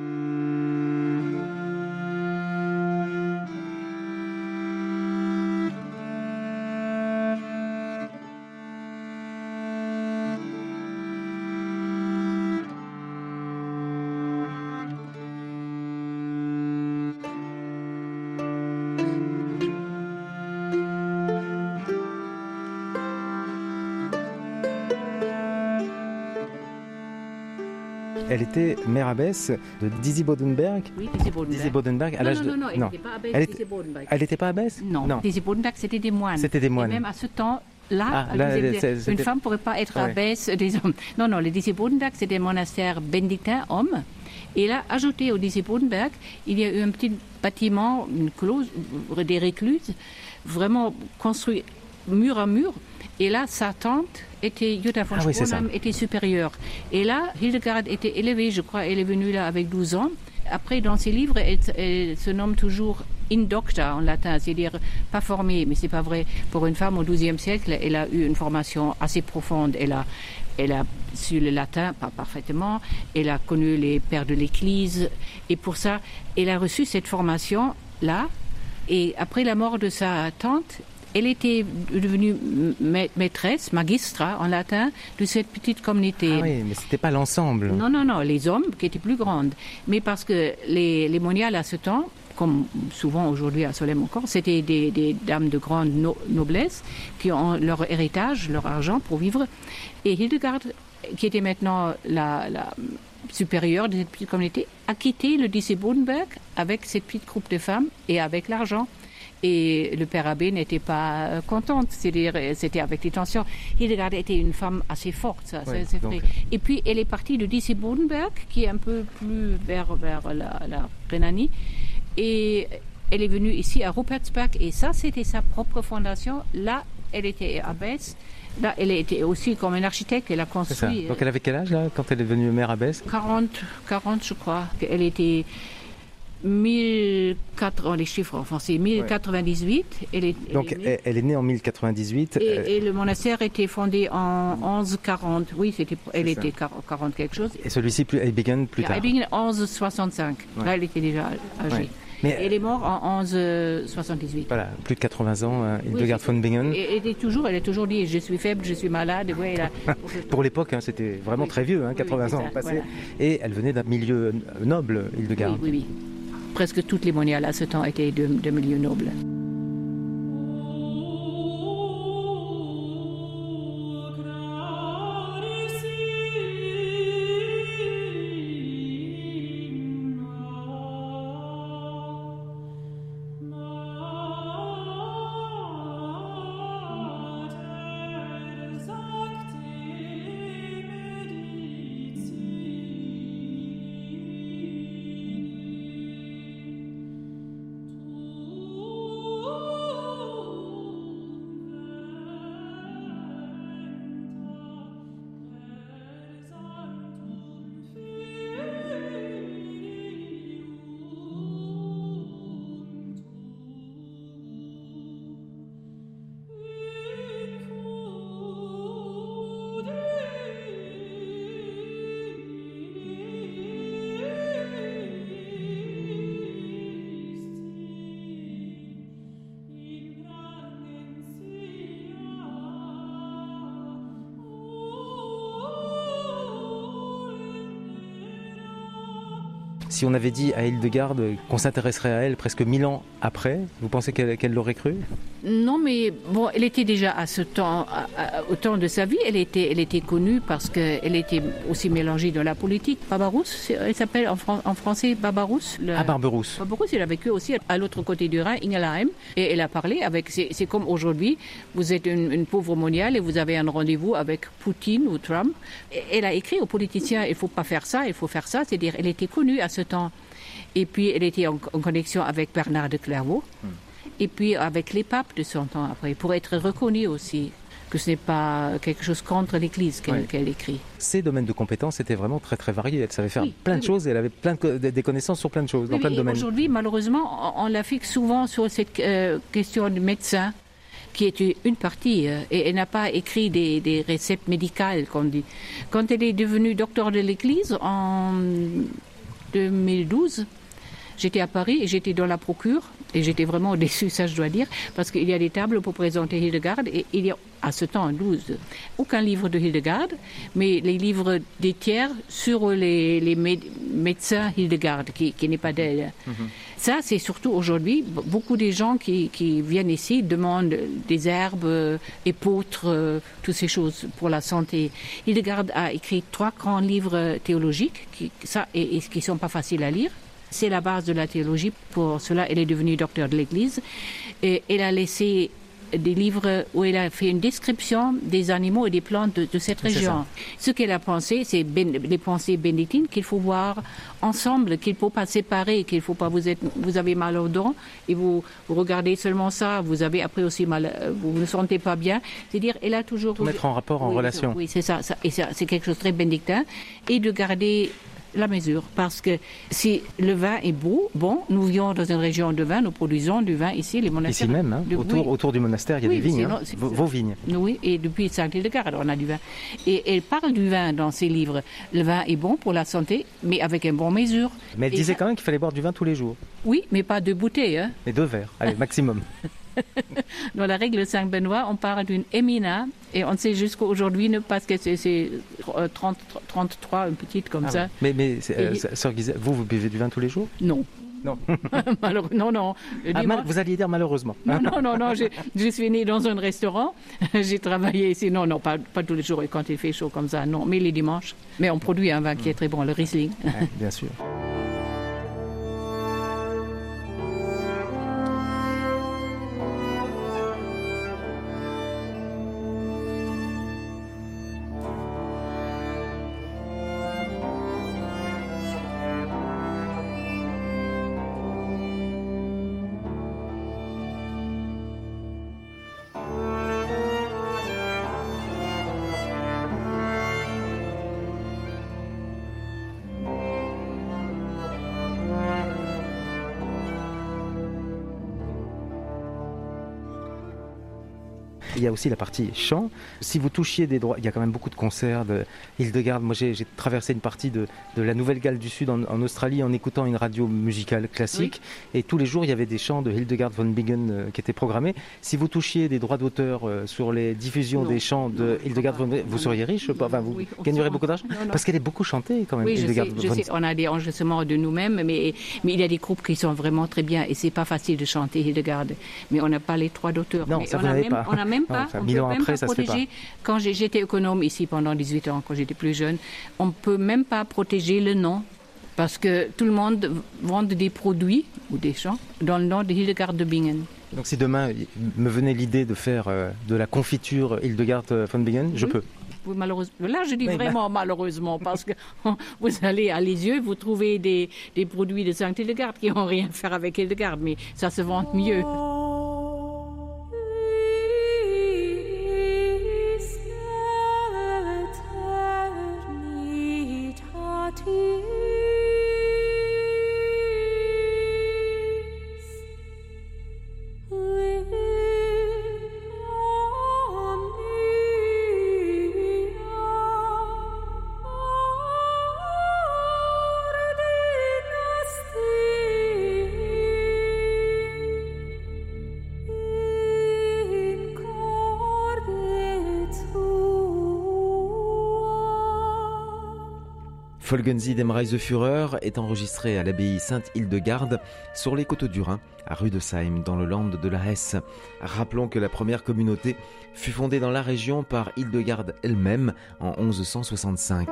E: Elle était mère abbesse de Disi-Bodenberg.
G: Oui,
E: Disi-Bodenberg. À l'âge de...
G: Non, elle n'était pas abbesse de Disi-Bodenberg.
E: Elle n'était pas abbesse?
G: Non. Disi-Bodenberg, c'était des moines.
E: C'était des moines.
G: Et même à ce temps-là, une femme ne pourrait pas être abbesse des hommes. Non, les Disi-Bodenberg, c'était un monastère bénédictin homme. Et là, ajouté au Disi-Bodenberg, il y a eu un petit bâtiment, une close, des récluses, vraiment construit mur à mur. Et là, sa tante était, Jutta von Sponheim, était supérieure. Et là, Hildegarde était élevée, je crois, elle est venue là avec 12 ans. Après, dans ses livres, elle se nomme toujours indocta en latin, c'est-à-dire pas formée, mais c'est pas vrai. Pour une femme au XIIe siècle, elle a eu une formation assez profonde. Elle a su le latin, pas parfaitement. Elle a connu les pères de l'Église. Et pour ça, elle a reçu cette formation-là. Et après la mort de sa tante, elle était devenue maîtresse, magistra en latin, de cette petite communauté.
E: Ah oui, mais c'était pas l'ensemble.
G: Non, les hommes qui étaient plus grandes. Mais parce que les moniales à ce temps, comme souvent aujourd'hui à Solesmes encore, c'était des dames de grande noblesse qui ont leur héritage, leur argent pour vivre. Et Hildegarde, qui était maintenant la supérieure de cette petite communauté, a quitté le Dissé-Bodenberg avec cette petite groupe de femmes et avec l'argent. Et le père abbé n'était pas contente, c'est-à-dire c'était avec les tensions. Hildegarde était une femme assez forte, ça,
E: oui,
G: c'est vrai. Et puis elle est partie de Dissé-Bodenberg, qui est un peu plus vers la Rhénanie, et elle est venue ici à Rupertsberg, et ça c'était sa propre fondation. Là, elle était abbesse. Là, elle était aussi comme un architecte, elle a construit.
E: C'est ça. Donc elle avait quel âge là, quand elle est devenue mère abbesse ?
G: 40 je crois. Elle était 1004, les chiffres en français, 1098.
E: Ouais. Elle est née en 1098.
G: Et le monastère était fondé en 1140. Oui, elle était 40 quelque chose.
E: Et celui-ci, Eibingen, plus tard.
G: Eibingen, 1165. Ouais. Là, elle était déjà âgée. Ouais. Mais elle est morte en 1178.
E: Voilà, plus de 80 ans, Hildegard von Bingen.
G: Elle a toujours dit, je suis faible, je suis malade. Ouais,
E: Pour l'époque, c'était vraiment très vieux, 80 ans passés. Voilà. Et elle venait d'un milieu noble, Hildegard.
G: Oui. Presque toutes les moniales à ce temps étaient de milieux nobles.
E: Si on avait dit à Hildegarde qu'on s'intéresserait à elle presque 1000 ans après, vous pensez qu'elle l'aurait cru ?
G: Non, mais bon, elle était déjà à ce temps, au temps de sa vie, elle était connue parce qu'elle était aussi mélangée dans la politique. Barbarousse, elle s'appelle en français Barbarousse.
E: Barberousse.
G: Barberousse, elle a vécu aussi à l'autre côté du Rhin, Ingelheim, et elle a parlé avec. C'est comme aujourd'hui, vous êtes une pauvre moniale et vous avez un rendez-vous avec Poutine ou Trump. Elle a écrit aux politiciens, il ne faut pas faire ça, il faut faire ça. C'est-à-dire, elle était connue à ce temps. Et puis, elle était en connexion avec Bernard de Clairvaux. Et puis avec les papes de son temps après, pour être reconnue aussi, que ce n'est pas quelque chose contre l'Église qu'elle écrit.
E: Ses domaines de compétences étaient vraiment très très variés. Elle savait faire plein de choses et elle avait des connaissances sur plein de choses, dans plein de domaines.
G: Aujourd'hui, malheureusement, on la fixe souvent sur cette question du médecin, qui est une partie, et elle n'a pas écrit des réceptes médicales, comme dit. Quand elle est devenue docteur de l'Église en 2012, j'étais à Paris et j'étais dans la procure et j'étais vraiment déçue, ça je dois dire, parce qu'il y a des tables pour présenter Hildegarde et il y a à ce temps, en 12, aucun livre de Hildegarde, mais les livres des tiers sur les médecins Hildegarde, qui n'est pas d'elle. Ça, c'est surtout aujourd'hui, beaucoup des gens qui viennent ici demandent des herbes, épeautres, toutes ces choses pour la santé. Hildegarde a écrit 3 grands livres théologiques qui ne sont pas faciles à lire. C'est la base de la théologie. Pour cela, elle est devenue docteur de l'Église. Et elle a laissé des livres où elle a fait une description des animaux et des plantes de cette région. Ce qu'elle a pensé, c'est les pensées bénédictines qu'il faut voir ensemble, qu'il ne faut pas séparer, qu'il faut pas vous avez mal aux dents et vous regardez seulement ça, vous avez après aussi mal, vous ne sentez pas bien. C'est-à-dire, elle a toujours...
E: Tout mettre en rapport, en relation.
G: Oui, c'est ça. Et c'est quelque chose de très bénédictin. Et de garder la mesure, parce que si le vin est bon, nous vivons dans une région de vin, nous produisons du vin ici, les monastères.
E: Ici même, autour du monastère, il y a des vignes, vos vignes.
G: Oui, et depuis Saint-Hildegarde, on a du vin. Et elle parle du vin dans ses livres. Le vin est bon pour la santé, mais avec une bonne mesure.
E: Mais elle disait quand même qu'il fallait boire du vin tous les jours.
G: Oui, mais pas 2 bouteilles.
E: Mais 2 verres, allez, maximum.
G: Dans la règle Saint-Benoît, on parle d'une Emina et on sait jusqu'à aujourd'hui parce que c'est 33, une petite comme ça.
E: Ouais. Mais sœur Gisèle, vous buvez du vin tous les jours?
G: Non.
E: Non.
G: non.
E: Vous alliez dire malheureusement.
G: Non. Je suis née dans un restaurant. J'ai travaillé ici. Non, pas tous les jours. Et quand il fait chaud comme ça, non. Mais les dimanches. Mais on produit un vin qui est très bon, le Riesling.
E: Ouais, bien sûr. Il y a aussi la partie chant. Si vous touchiez des droits, il y a quand même beaucoup de concerts de Hildegarde. Moi, j'ai traversé une partie de la Nouvelle-Galles du Sud en Australie en écoutant une radio musicale classique. Oui. Et tous les jours, il y avait des chants de Hildegard von Bingen qui étaient programmés. Si vous touchiez des droits d'auteur sur les diffusions des chants de Hildegard von Bingen, vous seriez riche, enfin, vous gagneriez beaucoup d'argent. Parce qu'elle est beaucoup chantée quand même.
G: Oui, je sais. On a des enregistrements de nous-mêmes, mais il y a des groupes qui sont vraiment très bien. Et c'est pas facile de chanter Hildegard. Mais on n'a pas les droits d'auteur.
E: Non,
G: mais
E: ça vous n'avez pas.
G: On n'a même pas.
E: On peut même pas
G: protéger. Quand j'étais économe ici pendant 18 ans, quand j'étais plus jeune, on ne peut même pas protéger le nom parce que tout le monde vend des produits ou des chants dans le nom de Hildegard de Bingen.
E: Donc si demain me venait l'idée de faire de la confiture Hildegard von Bingen, je peux.
G: Oui, malheureusement. Là, je dis vraiment malheureusement parce que vous allez à Lisieux, vous trouvez des produits de Saint-Hildegard qui n'ont rien à faire avec Hildegard, mais ça se vend mieux.
B: Folgen Sie dem Reiseführer est enregistré à l'abbaye Sainte-Hildegarde sur les coteaux du Rhin, à Rüdesheim, dans le land de la Hesse. Rappelons que la première communauté fut fondée dans la région par Hildegarde elle-même en 1165.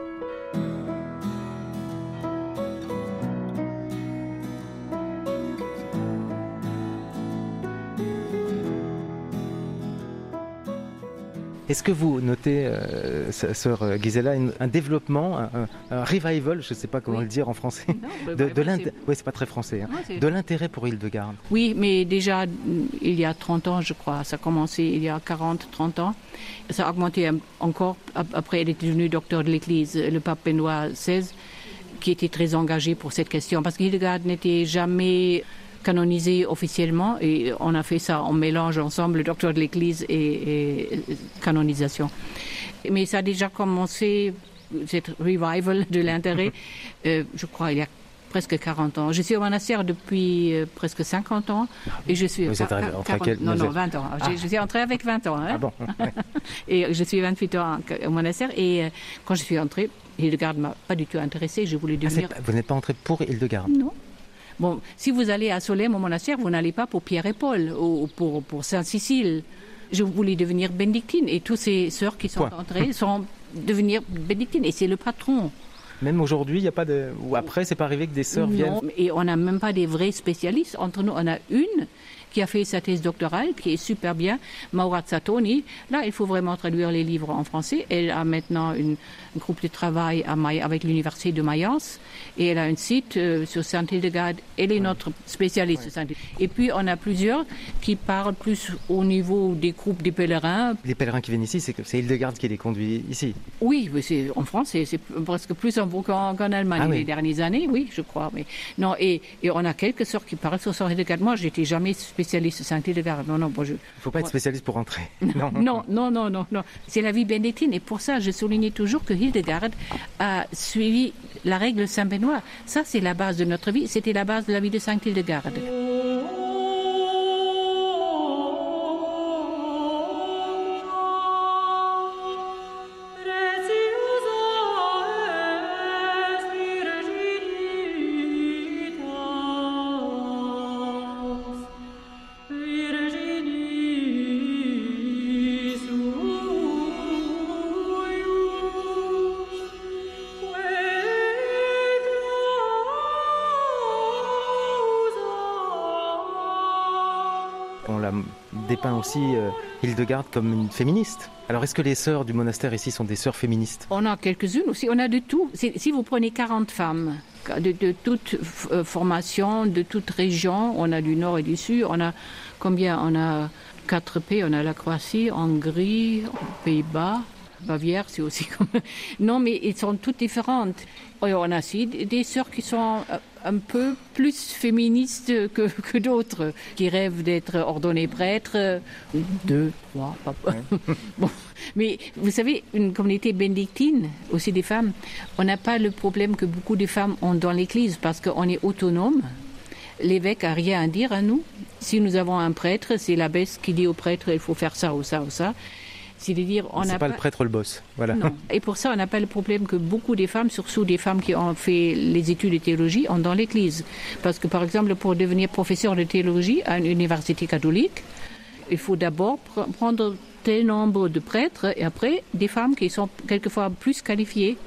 E: Est-ce que vous notez, sœur Gisela, un développement, un revival, je ne sais pas comment le dire en français, oui, c'est pas très français, de l'intérêt pour Hildegard?
G: Oui, mais déjà, il y a 30 ans, je crois, ça a commencé il y a 40-30 ans. Ça a augmenté encore. Après, elle est devenue docteur de l'Église, le pape Benoît XVI, qui était très engagé pour cette question, parce que Hildegard n'était jamais canonisé officiellement et on a fait ça, on mélange ensemble le docteur de l'Église et canonisation. Mais ça a déjà commencé, cette revival de l'intérêt, je crois, il y a presque 40 ans. Je suis au monastère depuis presque 50 ans et je suis...
E: Vous êtes entrée à quel...
G: Non, 20 ans. Je suis entrée avec 20 ans. Hein.
E: Ah bon?
G: Et je suis 28 ans au monastère et quand je suis entrée, Hildegard ne m'a pas du tout intéressée. Je voulais devenir...
E: Vous n'êtes pas entrée pour Hildegard?
G: Non. Bon, si vous allez à Solesmes au monastère, vous n'allez pas pour Pierre et Paul ou pour Sainte-Cécile. Je voulais devenir bénédictine et toutes ces sœurs qui sont entrées sont devenir bénédictines et c'est le patron.
E: Même aujourd'hui, il n'y a pas de... Ou après, c'est pas arrivé que des sœurs viennent...
G: Non, et on n'a même pas des vrais spécialistes. Entre nous, on a une qui a fait sa thèse doctorale, qui est super bien, Maura Zatoni. Là, il faut vraiment traduire les livres en français. Elle a maintenant un groupe de travail avec l'Université de Mayence et elle a un site sur Sainte-Hildegard. Elle est notre spécialiste de Sainte-Hildegard. Et puis, on a plusieurs qui parlent plus au niveau des groupes des pèlerins.
E: Les pèlerins qui viennent ici, c'est Hildegard qui les conduit ici?
G: Oui, mais en France, c'est presque plus en qu'en Allemagne les dernières années, oui, je crois. Mais non, et on a quelques sœurs qui parlent sur Sainte-Hildegard. Moi, j'étais jamais spécialiste de Sainte-Hildegard. Non. Bon,
E: il ne faut pas être spécialiste pour entrer.
G: Non. C'est la vie bénédictine. Et pour ça, je soulignais toujours que Hildegard a suivi la règle Saint-Benoît. Ça, c'est la base de notre vie. C'était la base de la vie de Sainte-Hildegard.
E: dépeint aussi Hildegard comme une féministe. Alors est-ce que les sœurs du monastère ici sont des sœurs féministes?
G: On a quelques-unes aussi, on a de tout. Si vous prenez 40 femmes de toute formation, de toute région, on a du nord et du sud, on a combien? On a 4 pays, on a la Croatie, Hongrie, Pays-Bas, Bavière, c'est aussi comme... Non, mais ils sont toutes différentes. Et on a aussi des sœurs qui sont un peu plus féministes que d'autres, qui rêvent d'être ordonnées prêtres, 2, 3, papa. Ouais. Bon. Mais vous savez, une communauté bénédictine, aussi des femmes, on n'a pas le problème que beaucoup de femmes ont dans l'Église, parce qu'on est autonome. L'évêque n'a rien à dire à nous. Si nous avons un prêtre, c'est l'abbesse qui dit au prêtre, il faut faire ça ou ça ou ça. C'est-à-dire, on n'a
E: pas le prêtre le boss. Voilà.
G: Non. Et pour ça, on n'a pas le problème que beaucoup des femmes, surtout des femmes qui ont fait les études de théologie, ont dans l'Église. Parce que, par exemple, pour devenir professeur de théologie à une université catholique, il faut d'abord prendre tel nombre de prêtres et après des femmes qui sont quelquefois plus qualifiées.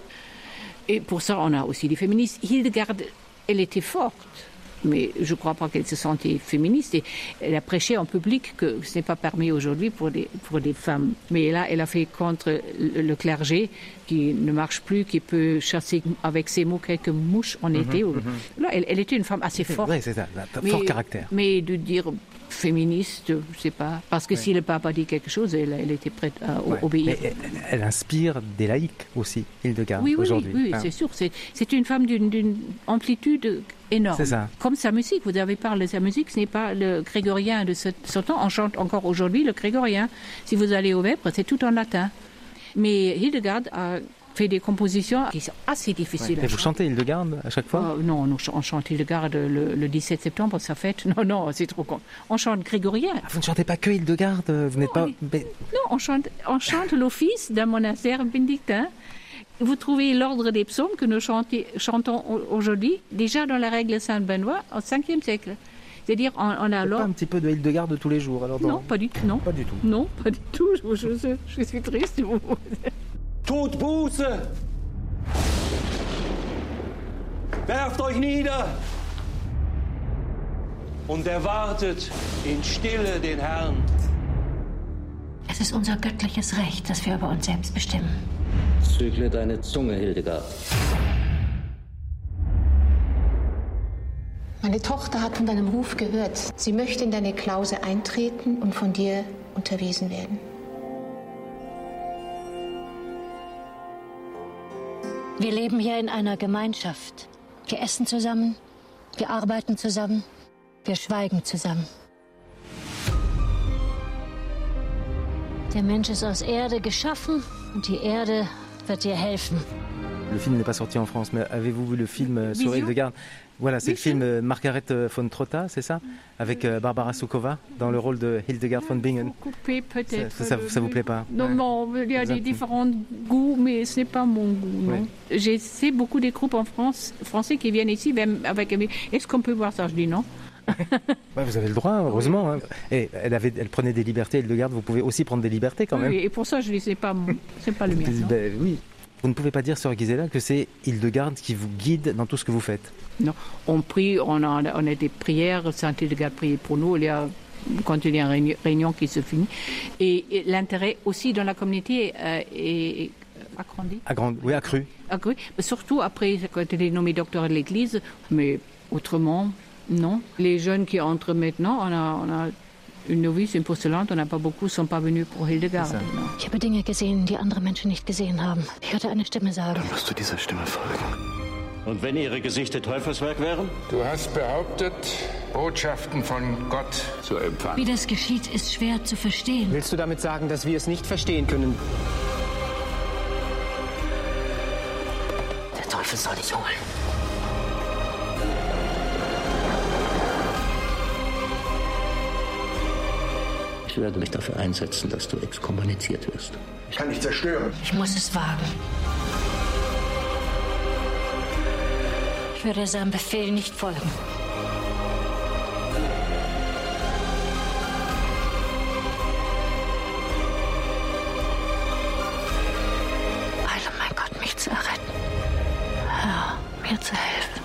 G: Et pour ça, on a aussi des féministes. Hildegard, elle était forte. Mais je ne crois pas qu'elle se sentait féministe. Et elle a prêché en public que ce n'est pas permis aujourd'hui pour des femmes. Mais là, elle a fait contre le clergé qui ne marche plus, qui peut chasser avec ses mots quelques mouches en été. Là, elle était une femme assez forte.
E: Oui, c'est ça, fort caractère.
G: Mais de dire féministe, je ne sais pas. Parce que si le pape a dit quelque chose, elle était prête à obéir.
E: Mais elle inspire des laïcs aussi, Hildegard, aujourd'hui.
G: Oui, c'est sûr. C'est une femme d'une amplitude énorme.
E: C'est ça.
G: Comme sa musique, vous avez parlé de sa musique, ce n'est pas le grégorien de ce temps. On chante encore aujourd'hui le grégorien. Si vous allez au Vêpres, c'est tout en latin. Mais Hildegard a fait des compositions qui sont assez difficiles.
E: Et vous chantez Hildegard à chaque fois?
G: Non, on chante Hildegard le 17 septembre, sa fête. Non, c'est trop con. On chante grégorien.
E: Ah, vous ne chantez pas que Hildegard? Vous n'êtes pas...
G: Mais... Non, on chante l'office d'un monastère bénédictin. Vous trouvez l'ordre des psaumes que nous chantons aujourd'hui, déjà dans la règle Saint-Benoît, au 5e siècle. C'est-à-dire, on a alors...
E: Pas un petit peu de Hildegard de tous les jours alors
G: Non, pas du tout. Non,
E: pas du tout.
G: Non, pas du tout. Je suis triste.
H: Tut Buße! Werft euch nieder und erwartet in Stille den Herrn.
I: Es ist unser göttliches Recht, dass wir über uns selbst bestimmen.
J: Zügle deine Zunge, Hildegard.
I: Meine Tochter hat von deinem Ruf gehört. Sie möchte in deine Klause eintreten und von dir unterwiesen werden. Wir leben hier in einer Gemeinschaft. Wir essen zusammen, wir arbeiten zusammen, wir schweigen zusammen. Der Mensch ist aus Erde geschaffen und die Erde wird dir helfen.
E: Le film n'est pas sorti en France, mais avez-vous vu le film sur Hildegard? Voilà, c'est le film Margaret von Trotta, c'est ça? Avec Barbara Sukowa dans le rôle de Hildegard von Bingen.
G: Coupé peut-être.
E: Ça vous plaît pas?
G: Non, il y a des différents goûts, mais ce n'est pas mon goût. Non. J'ai sais beaucoup des groupes en France, français qui viennent ici, même avec... Est-ce qu'on peut voir ça? Je dis non.
E: Vous avez le droit, heureusement. Hein. Et elle prenait des libertés, Hildegard, vous pouvez aussi prendre des libertés quand même.
G: Oui, et pour ça, je dis c'est pas le mien.
E: Oui. Vous ne pouvez pas dire, sœur Gisela, que c'est Hildegard qui vous guide dans tout ce que vous faites.
G: Non, on prie, on a des prières, Sainte Hildegard prie pour nous, quand il y a une réunion qui se finit. Et l'intérêt aussi dans la communauté est accru. Accru, surtout après, quand il est nommé docteur de l'Église, mais autrement, non. Les jeunes qui entrent maintenant, on a une novice, une postulante, on n'a pas beaucoup, sont pas venus pour Hildegard.
I: Ich habe Dinge gesehen, die andere Menschen nicht gesehen haben. Ich hörte eine Stimme sagen.
K: Dann musst du dieser Stimme folgen.
J: Und wenn ihre Gesichter Teufelswerk wären?
K: Du hast behauptet, Botschaften von Gott zu empfangen.
I: Wie das geschieht, ist schwer zu verstehen.
L: Willst du damit sagen, dass wir es nicht verstehen können?
I: Der Teufel soll dich holen.
J: Ich werde mich dafür einsetzen, dass du exkommuniziert wirst.
K: Ich kann dich zerstören.
I: Ich muss es wagen. Ich werde seinem Befehl nicht folgen. Eile, mein Gott, mich zu erretten. Herr, mir zu helfen.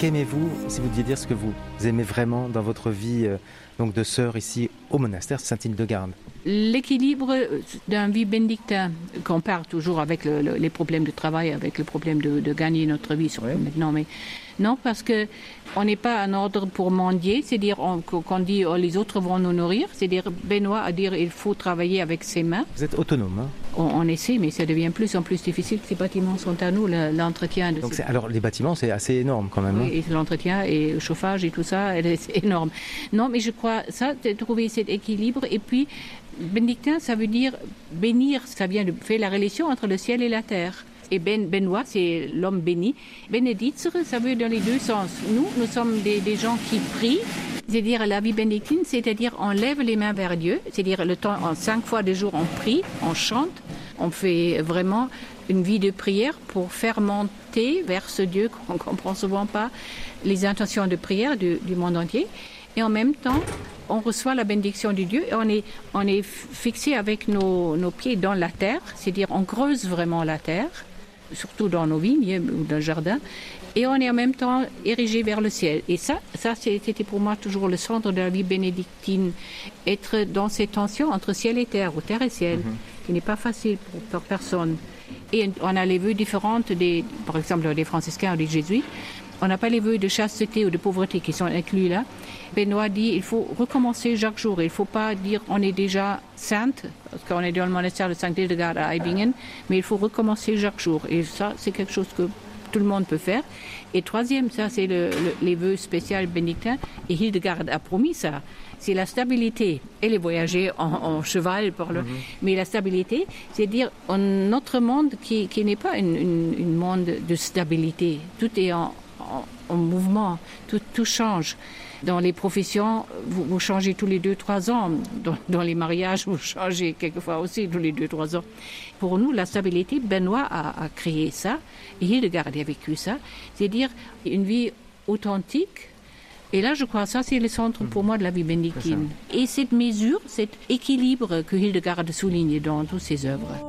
E: qu'aimez-vous, si vous deviez dire ce que vous aimez vraiment dans votre vie donc de sœur ici au monastère Sainte-Hildegarde?
G: L'équilibre d'un vie bénédictin, qu'on perd toujours avec les problèmes de travail, avec le problème de gagner notre vie maintenant, mais non, parce que on n'est pas un ordre pour mendier, c'est-à-dire qu'on dit les autres vont nous nourrir, c'est-à-dire Benoît a dit il faut travailler avec ses mains.
E: Vous êtes autonome, hein?
G: On essaie, mais ça devient plus en plus difficile. Ces bâtiments sont à nous, l'entretien.
E: Donc alors les bâtiments, c'est assez énorme quand même.
G: Oui, et l'entretien et le chauffage et tout ça, c'est énorme. Non, mais je crois ça, de trouver cet équilibre. Et puis, bénédictin, ça veut dire bénir, ça vient de faire la relation entre le ciel et la terre. Et Benoît, c'est l'homme béni. Bénédicere, ça veut dans les deux sens. Nous sommes des gens qui prient, c'est-à-dire la vie bénédictine, c'est-à-dire on lève les mains vers Dieu, c'est-à-dire le temps, 5 fois de jour, on prie, on chante, on fait vraiment une vie de prière pour faire monter vers ce Dieu qu'on ne comprend souvent pas, les intentions de prière du monde entier. Et en même temps, on reçoit la bénédiction de Dieu et on est fixé avec nos pieds dans la terre, c'est-à-dire on creuse vraiment la terre, surtout dans nos vignes ou dans le jardin, et on est en même temps érigé vers le ciel. Et ça c'était pour moi toujours le centre de la vie bénédictine, être dans cette tension entre ciel et terre, ou terre et ciel, qui n'est pas facile pour personne. Et on a les vœux différentes, par exemple des franciscains ou des jésuites. On n'a pas les vœux de chasteté ou de pauvreté qui sont inclus là. Benoît dit il faut recommencer chaque jour. Il ne faut pas dire on est déjà sainte, parce qu'on est dans le monastère de Sainte-Hildegarde à Eibingen, mais il faut recommencer chaque jour. Et ça, c'est quelque chose que tout le monde peut faire. Et troisième, ça, c'est les vœux spéciaux bénédictins. Et Hildegarde a promis ça. C'est la stabilité. Elle est voyagée en cheval, mais la stabilité, c'est dire notre monde qui n'est pas un monde de stabilité. Tout est en mouvement, tout change. Dans les professions, vous changez tous les 2-3 ans. Dans les mariages, vous changez quelquefois aussi tous les 2-3 ans. Pour nous, la stabilité, Benoît a créé ça, et Hildegarde a vécu ça, c'est-à-dire une vie authentique. Et là, je crois que ça, c'est le centre pour moi de la vie bénédictine. Et cette mesure, cet équilibre que Hildegarde souligne dans toutes ses œuvres.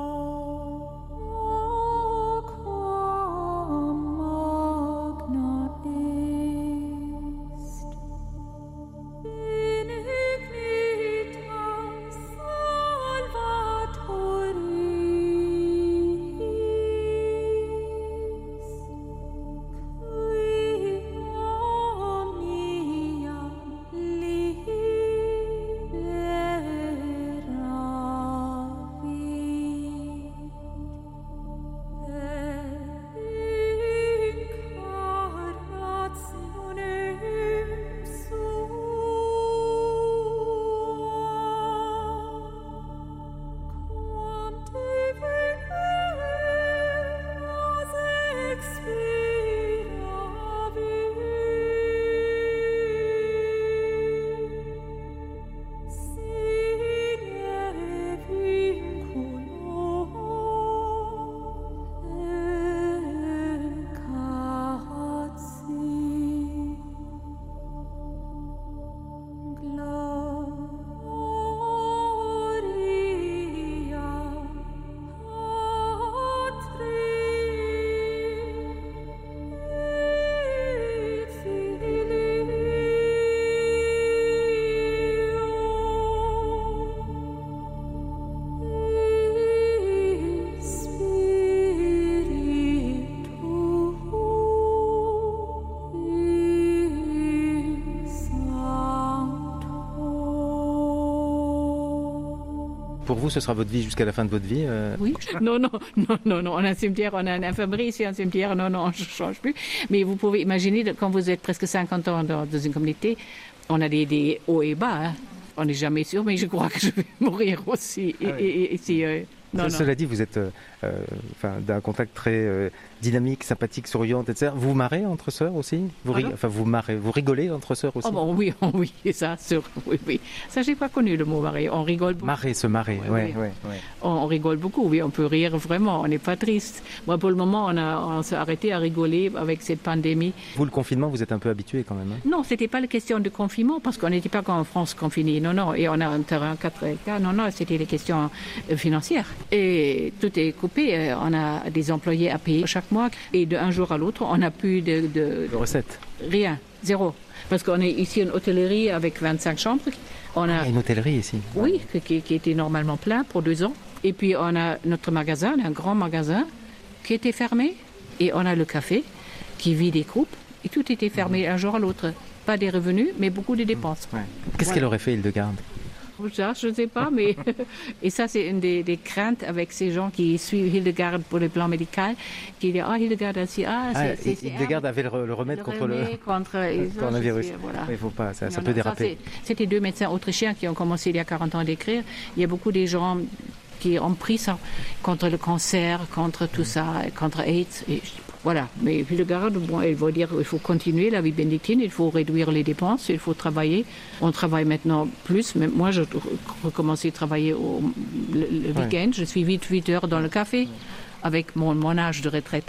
E: Pour vous, ce sera votre vie jusqu'à la fin de votre vie
G: Oui. Non. On a un cimetière, on a une infirmerie ici, un cimetière. Non, je ne change plus. Mais vous pouvez imaginer, quand vous êtes presque 50 ans dans une communauté, on a des hauts et bas. Hein. On n'est jamais sûr, mais je crois que je vais mourir aussi.
E: Cela dit, vous êtes d'un contact très dynamique, sympathique, souriante, etc. Vous vous marrez entre sœurs aussi? Vous rigolez entre sœurs aussi?
G: Oui, ça, oui. Ça, j'ai pas connu le mot marrer. On rigole beaucoup.
E: Se marrer, oui.
G: On rigole beaucoup, oui, on peut rire vraiment, on n'est pas triste. Moi, pour le moment, on s'est arrêté à rigoler avec cette pandémie.
E: Vous, le confinement, vous êtes un peu habitué quand même, hein?
G: Non, c'était pas la question de confinement, parce qu'on n'était pas comme en France confinés. Non, et on a un terrain 4 hectares. Non, c'était les questions financières. Et tout est coupé. On a des employés à payer chaque mois. Et d'un jour à l'autre, on n'a plus de
E: recettes.
G: Rien, zéro. Parce qu'on est ici une hôtellerie avec 25 chambres. On a
E: une hôtellerie ici.
G: Oui, qui était normalement plein pour 2 ans. Et puis on a notre magasin, un grand magasin qui était fermé. Et on a le café qui vit des coupes. Et tout était fermé un jour à l'autre. Pas des revenus, mais beaucoup de dépenses.
E: Ouais. Qu'est-ce qu'elle aurait fait, Hildegarde?
G: Ça, je ne sais pas, mais et ça, c'est une des craintes avec ces gens qui suivent Hildegarde pour le plan médical, qui disent Hildegarde a dit
E: Hildegarde avait le remède contre le coronavirus.
G: Voilà.
E: Il faut pas, ça peut déraper.
G: C'était 2 médecins autrichiens qui ont commencé il y a 40 ans à d'écrire. Il y a beaucoup de gens qui ont pris ça contre le cancer, contre tout ça, contre AIDS. Et voilà, mais Hildegarde, elle va dire qu'il faut continuer la vie bénédictine, il faut réduire les dépenses, il faut travailler. On travaille maintenant plus, mais moi, je recommence à travailler le week-end. Je suis 8 heures dans le café avec mon âge de retraite.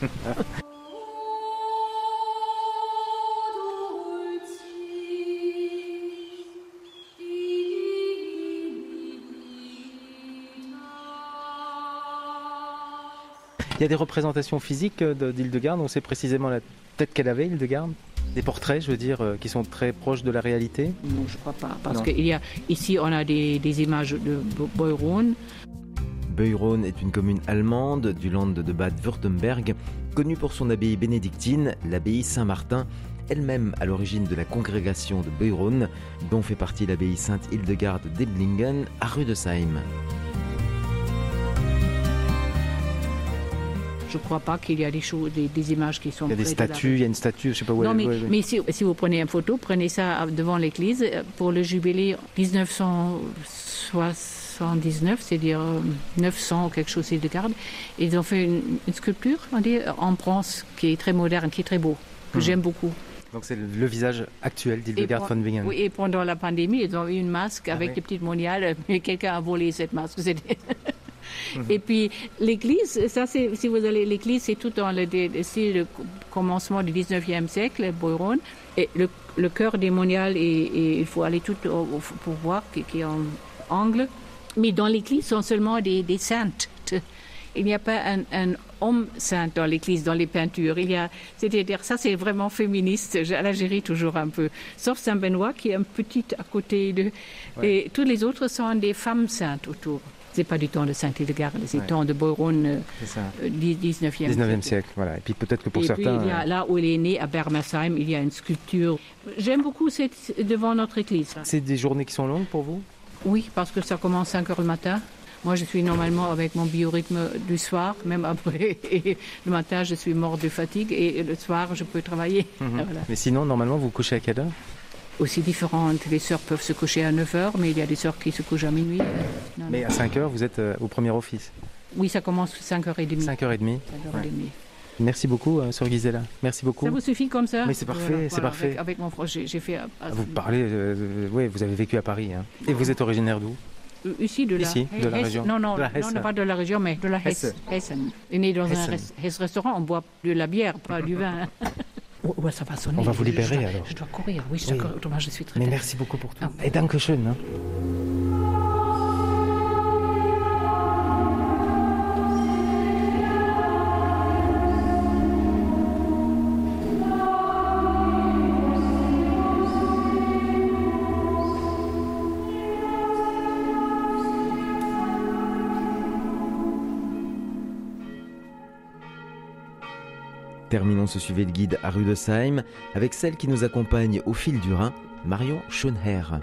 E: Il y a des représentations physiques d'Hildegarde, on sait précisément la tête qu'elle avait, Hildegarde. Des portraits, je veux dire, qui sont très proches de la réalité.
G: Non, je ne crois pas, parce qu'ici, on a des images de Beuron.
B: Beuron est une commune allemande du land de Bade-Wurtemberg, connue pour son abbaye bénédictine, l'abbaye Saint-Martin, elle-même à l'origine de la congrégation de Beuron, dont fait partie l'abbaye Sainte-Hildegarde d'Eblingen à Rüdesheim.
G: Je ne crois pas qu'il y a des images qui sont...
E: Il y a des statues, il y a une statue, je ne sais pas où
G: non,
E: elle est.
G: Mais si vous prenez une photo, prenez ça devant l'église pour le jubilé 1979, c'est-à-dire 900 ou quelque chose d'Hildegarde. Ils ont fait une sculpture, on dit, en bronze, qui est très moderne, qui est très beau, que j'aime beaucoup.
E: Donc c'est le visage actuel d'Hildegarde von Bingen.
G: Oui, et pendant la pandémie, ils ont eu une masque avec des petites moniales, mais quelqu'un a volé cette masque. Et puis l'église, ça c'est, si vous allez, l'église c'est tout dans le commencement du 19e siècle, Beuron, et le cœur des moniales, et il faut aller tout pour voir qui est en angle. Mais dans l'église sont seulement des saintes. Il n'y a pas un homme saint dans l'église, dans les peintures. C'est-à-dire, ça c'est vraiment féministe. La géris toujours un peu. Sauf Saint-Benoît qui est un petit à côté de... Ouais. Et tous les autres sont des femmes saintes autour. C'est pas du temps de Saint-Hildegarde, c'est du temps de Beuron, 19e
E: siècle. Voilà. Et puis peut-être que pour
G: certains...
E: certains...
G: Puis, là où il est né, à Bermersheim, il y a une sculpture. J'aime beaucoup devant notre église.
E: C'est des journées qui sont longues pour vous?
G: Oui, parce que ça commence 5 heures le matin. Moi, je suis normalement avec mon biorhythme du soir, même après. Et le matin, je suis morte de fatigue et le soir, je peux travailler. Voilà.
E: Mais sinon, normalement, vous couchez à quelle heure?
G: Aussi différentes. Les sœurs peuvent se coucher à 9h, mais il y a des sœurs qui se couchent à minuit.
E: Mais à 5h, vous êtes au premier office?
G: Oui, ça commence 5h30.
E: 5h30. Merci beaucoup, Sœur Gisela. Merci beaucoup.
G: Ça vous suffit comme ça?
E: Mais c'est parfait,
G: voilà,
E: c'est parfait.
G: Avec mon frère, j'ai fait...
E: Vous parlez... oui, vous avez vécu à Paris. Hein. Et vous êtes originaire d'où?
G: Ici, de la
E: région.
G: Non, pas de la région, mais de la Hesse. Hessen. Et né dans un Hesse-restaurant, on boit de la bière, pas du vin. Oh, ça va sonner.
E: On va vous libérer alors.
G: Je dois courir, oui, autrement je suis très...
E: Mais merci beaucoup pour tout. Et dankeschön. Hein.
B: Terminons ce Suivez le guide à Rüdesheim avec celle qui nous accompagne au fil du Rhin, Marion Schönherr.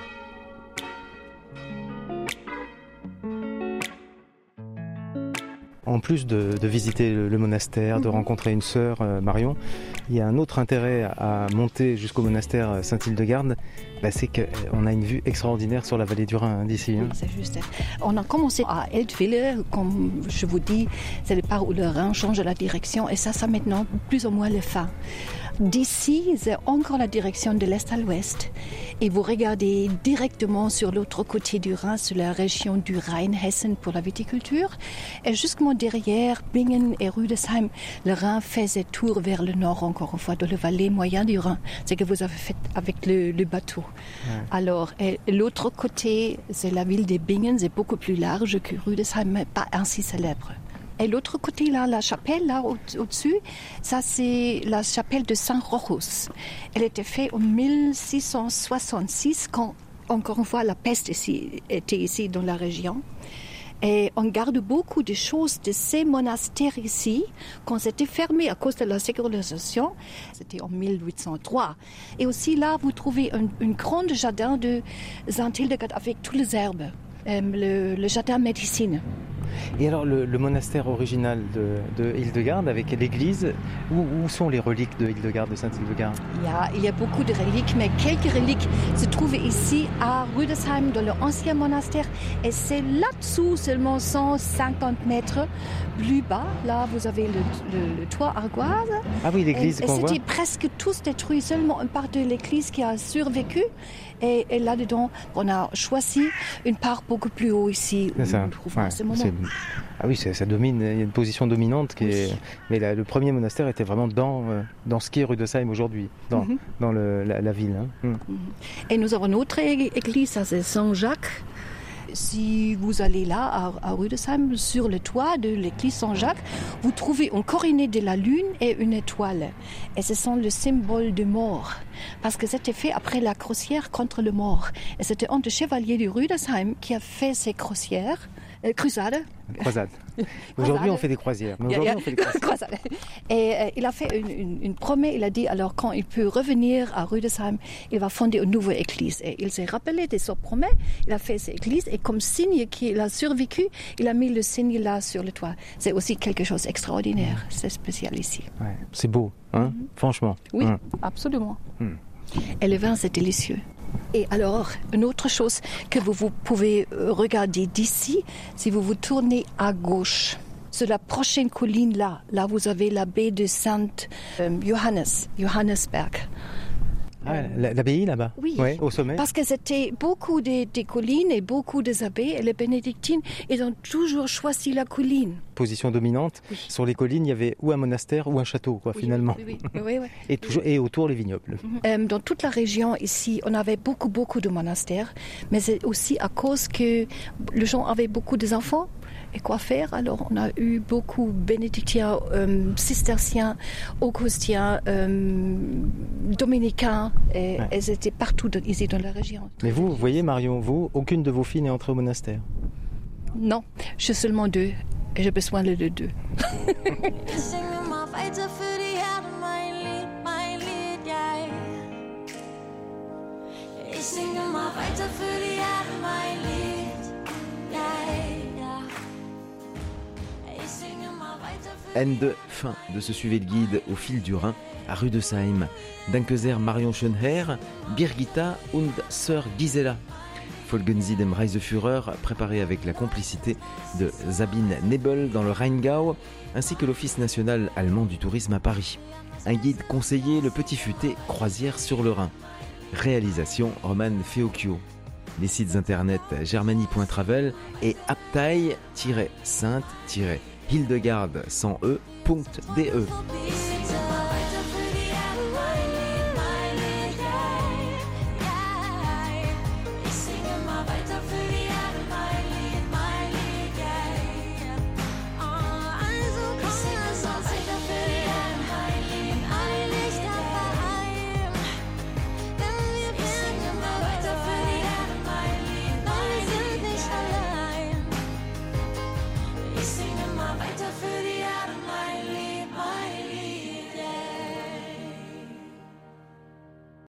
E: En plus de visiter le monastère, de rencontrer une sœur, Marion, il y a un autre intérêt à monter jusqu'au monastère Sainte-Hildegarde, c'est qu'on a une vue extraordinaire sur la vallée du Rhin d'ici. Hein.
M: C'est juste. On a commencé à Eltville, comme je vous dis, c'est le part où le Rhin change la direction, et ça maintenant plus ou moins le fin. D'ici, c'est encore la direction de l'est à l'ouest. Et vous regardez directement sur l'autre côté du Rhin, sur la région du Rheinhessen pour la viticulture. Et justement derrière Bingen et Rüdesheim, le Rhin faisait tour vers le nord, encore une fois, dans le vallée moyen du Rhin. C'est que vous avez fait avec le bateau. Ouais. Alors, l'autre côté, c'est la ville de Bingen, c'est beaucoup plus large que Rüdesheim, mais pas ainsi célèbre. Et l'autre côté, là, la chapelle, là, au-dessus, ça, c'est la chapelle de Saint-Rochus. Elle était faite en 1666, quand, encore une fois, la peste était ici dans la région. Et on garde beaucoup de choses de ces monastères ici, quand c'était fermé à cause de la sécularisation. C'était en 1803. Et aussi là, vous trouvez un grand jardin de Saint-Hildegard avec toutes les herbes, le jardin médecine.
E: Et alors le monastère original de Hildegarde avec l'église, où sont les reliques de Hildegarde, de Sainte-Hildegarde?
M: Il y a beaucoup de reliques, mais quelques reliques se trouvent ici à Rüdesheim, dans l'ancien monastère. Et c'est là-dessous, seulement 150 mètres plus bas. Là, vous avez le toit argoise.
E: Ah oui, l'église qu'on voit.
M: C'était presque tous détruits, seulement une part de l'église qui a survécu. Et là-dedans, on a choisi une part beaucoup plus haut ici.
E: C'est ça.
M: En ce moment.
E: Ah oui, ça domine, il y a une position dominante qui est... Mais le premier monastère était vraiment dans ce qui est Rüdesheim aujourd'hui, dans la ville. Hein.
M: Et nous avons une autre église, ça c'est Saint-Jacques. Si vous allez là, à Rüdesheim, sur le toit de l'église Saint-Jacques, vous trouvez un coronet de la lune et une étoile. Et ce sont le symbole de mort. Parce que c'était fait après la croisière contre le mort. Et c'était un des chevaliers de Rüdesheim qui a fait ces croisières. Croisade.
E: Aujourd'hui, on fait des croisières. Mais aujourd'hui, on fait des croisades.
M: Et il a fait une promesse. Il a dit, alors, quand il peut revenir à Rüdesheim, il va fonder une nouvelle église. Et il s'est rappelé de sa promesse. Il a fait cette église. Et comme signe qu'il a survécu, il a mis le signe là sur le toit. C'est aussi quelque chose d'extraordinaire. C'est spécial ici.
E: Ouais. C'est beau, hein, franchement.
M: Oui, absolument. Et le vin, c'est délicieux. Et alors, une autre chose que vous pouvez regarder d'ici, si vous vous tournez à gauche, sur la prochaine colline là vous avez la baie de Johannesberg.
E: Ah, l'abbaye là-bas?
M: Oui,
E: ouais, au sommet.
M: Parce que c'était beaucoup des collines et beaucoup des abbés. Et les bénédictines, ils ont toujours choisi la colline.
E: Position dominante. Oui. Sur les collines, il y avait ou un monastère ou un château, finalement.
M: Oui.
E: Et autour les vignobles.
M: Dans toute la région ici, on avait beaucoup de monastères. Mais c'est aussi à cause que les gens avaient beaucoup d'enfants. Et quoi faire? Alors, on a eu beaucoup bénédictins, cisterciens, augustiens, dominicains, et elles étaient partout ici dans la région.
E: Mais vous voyez, Marion, aucune de vos filles n'est entrée au monastère?
M: Non, j'ai seulement 2, et j'ai besoin de 2.
B: Ende, fin de ce Suivez le guide au fil du Rhin à Rüdesheim. Danke sehr Marion Schönherr, Birgitta und Sir Gisela. Folgen Sie dem Reiseführer, préparé avec la complicité de Sabine Nebel dans le Rheingau, ainsi que l'Office national allemand du tourisme à Paris. Un guide conseillé, le Petit Futé, croisière sur le Rhin. Réalisation Roman Feocchio. Les sites internet germanie.travel et Abtei-Sainte-Hildegard sans e.de.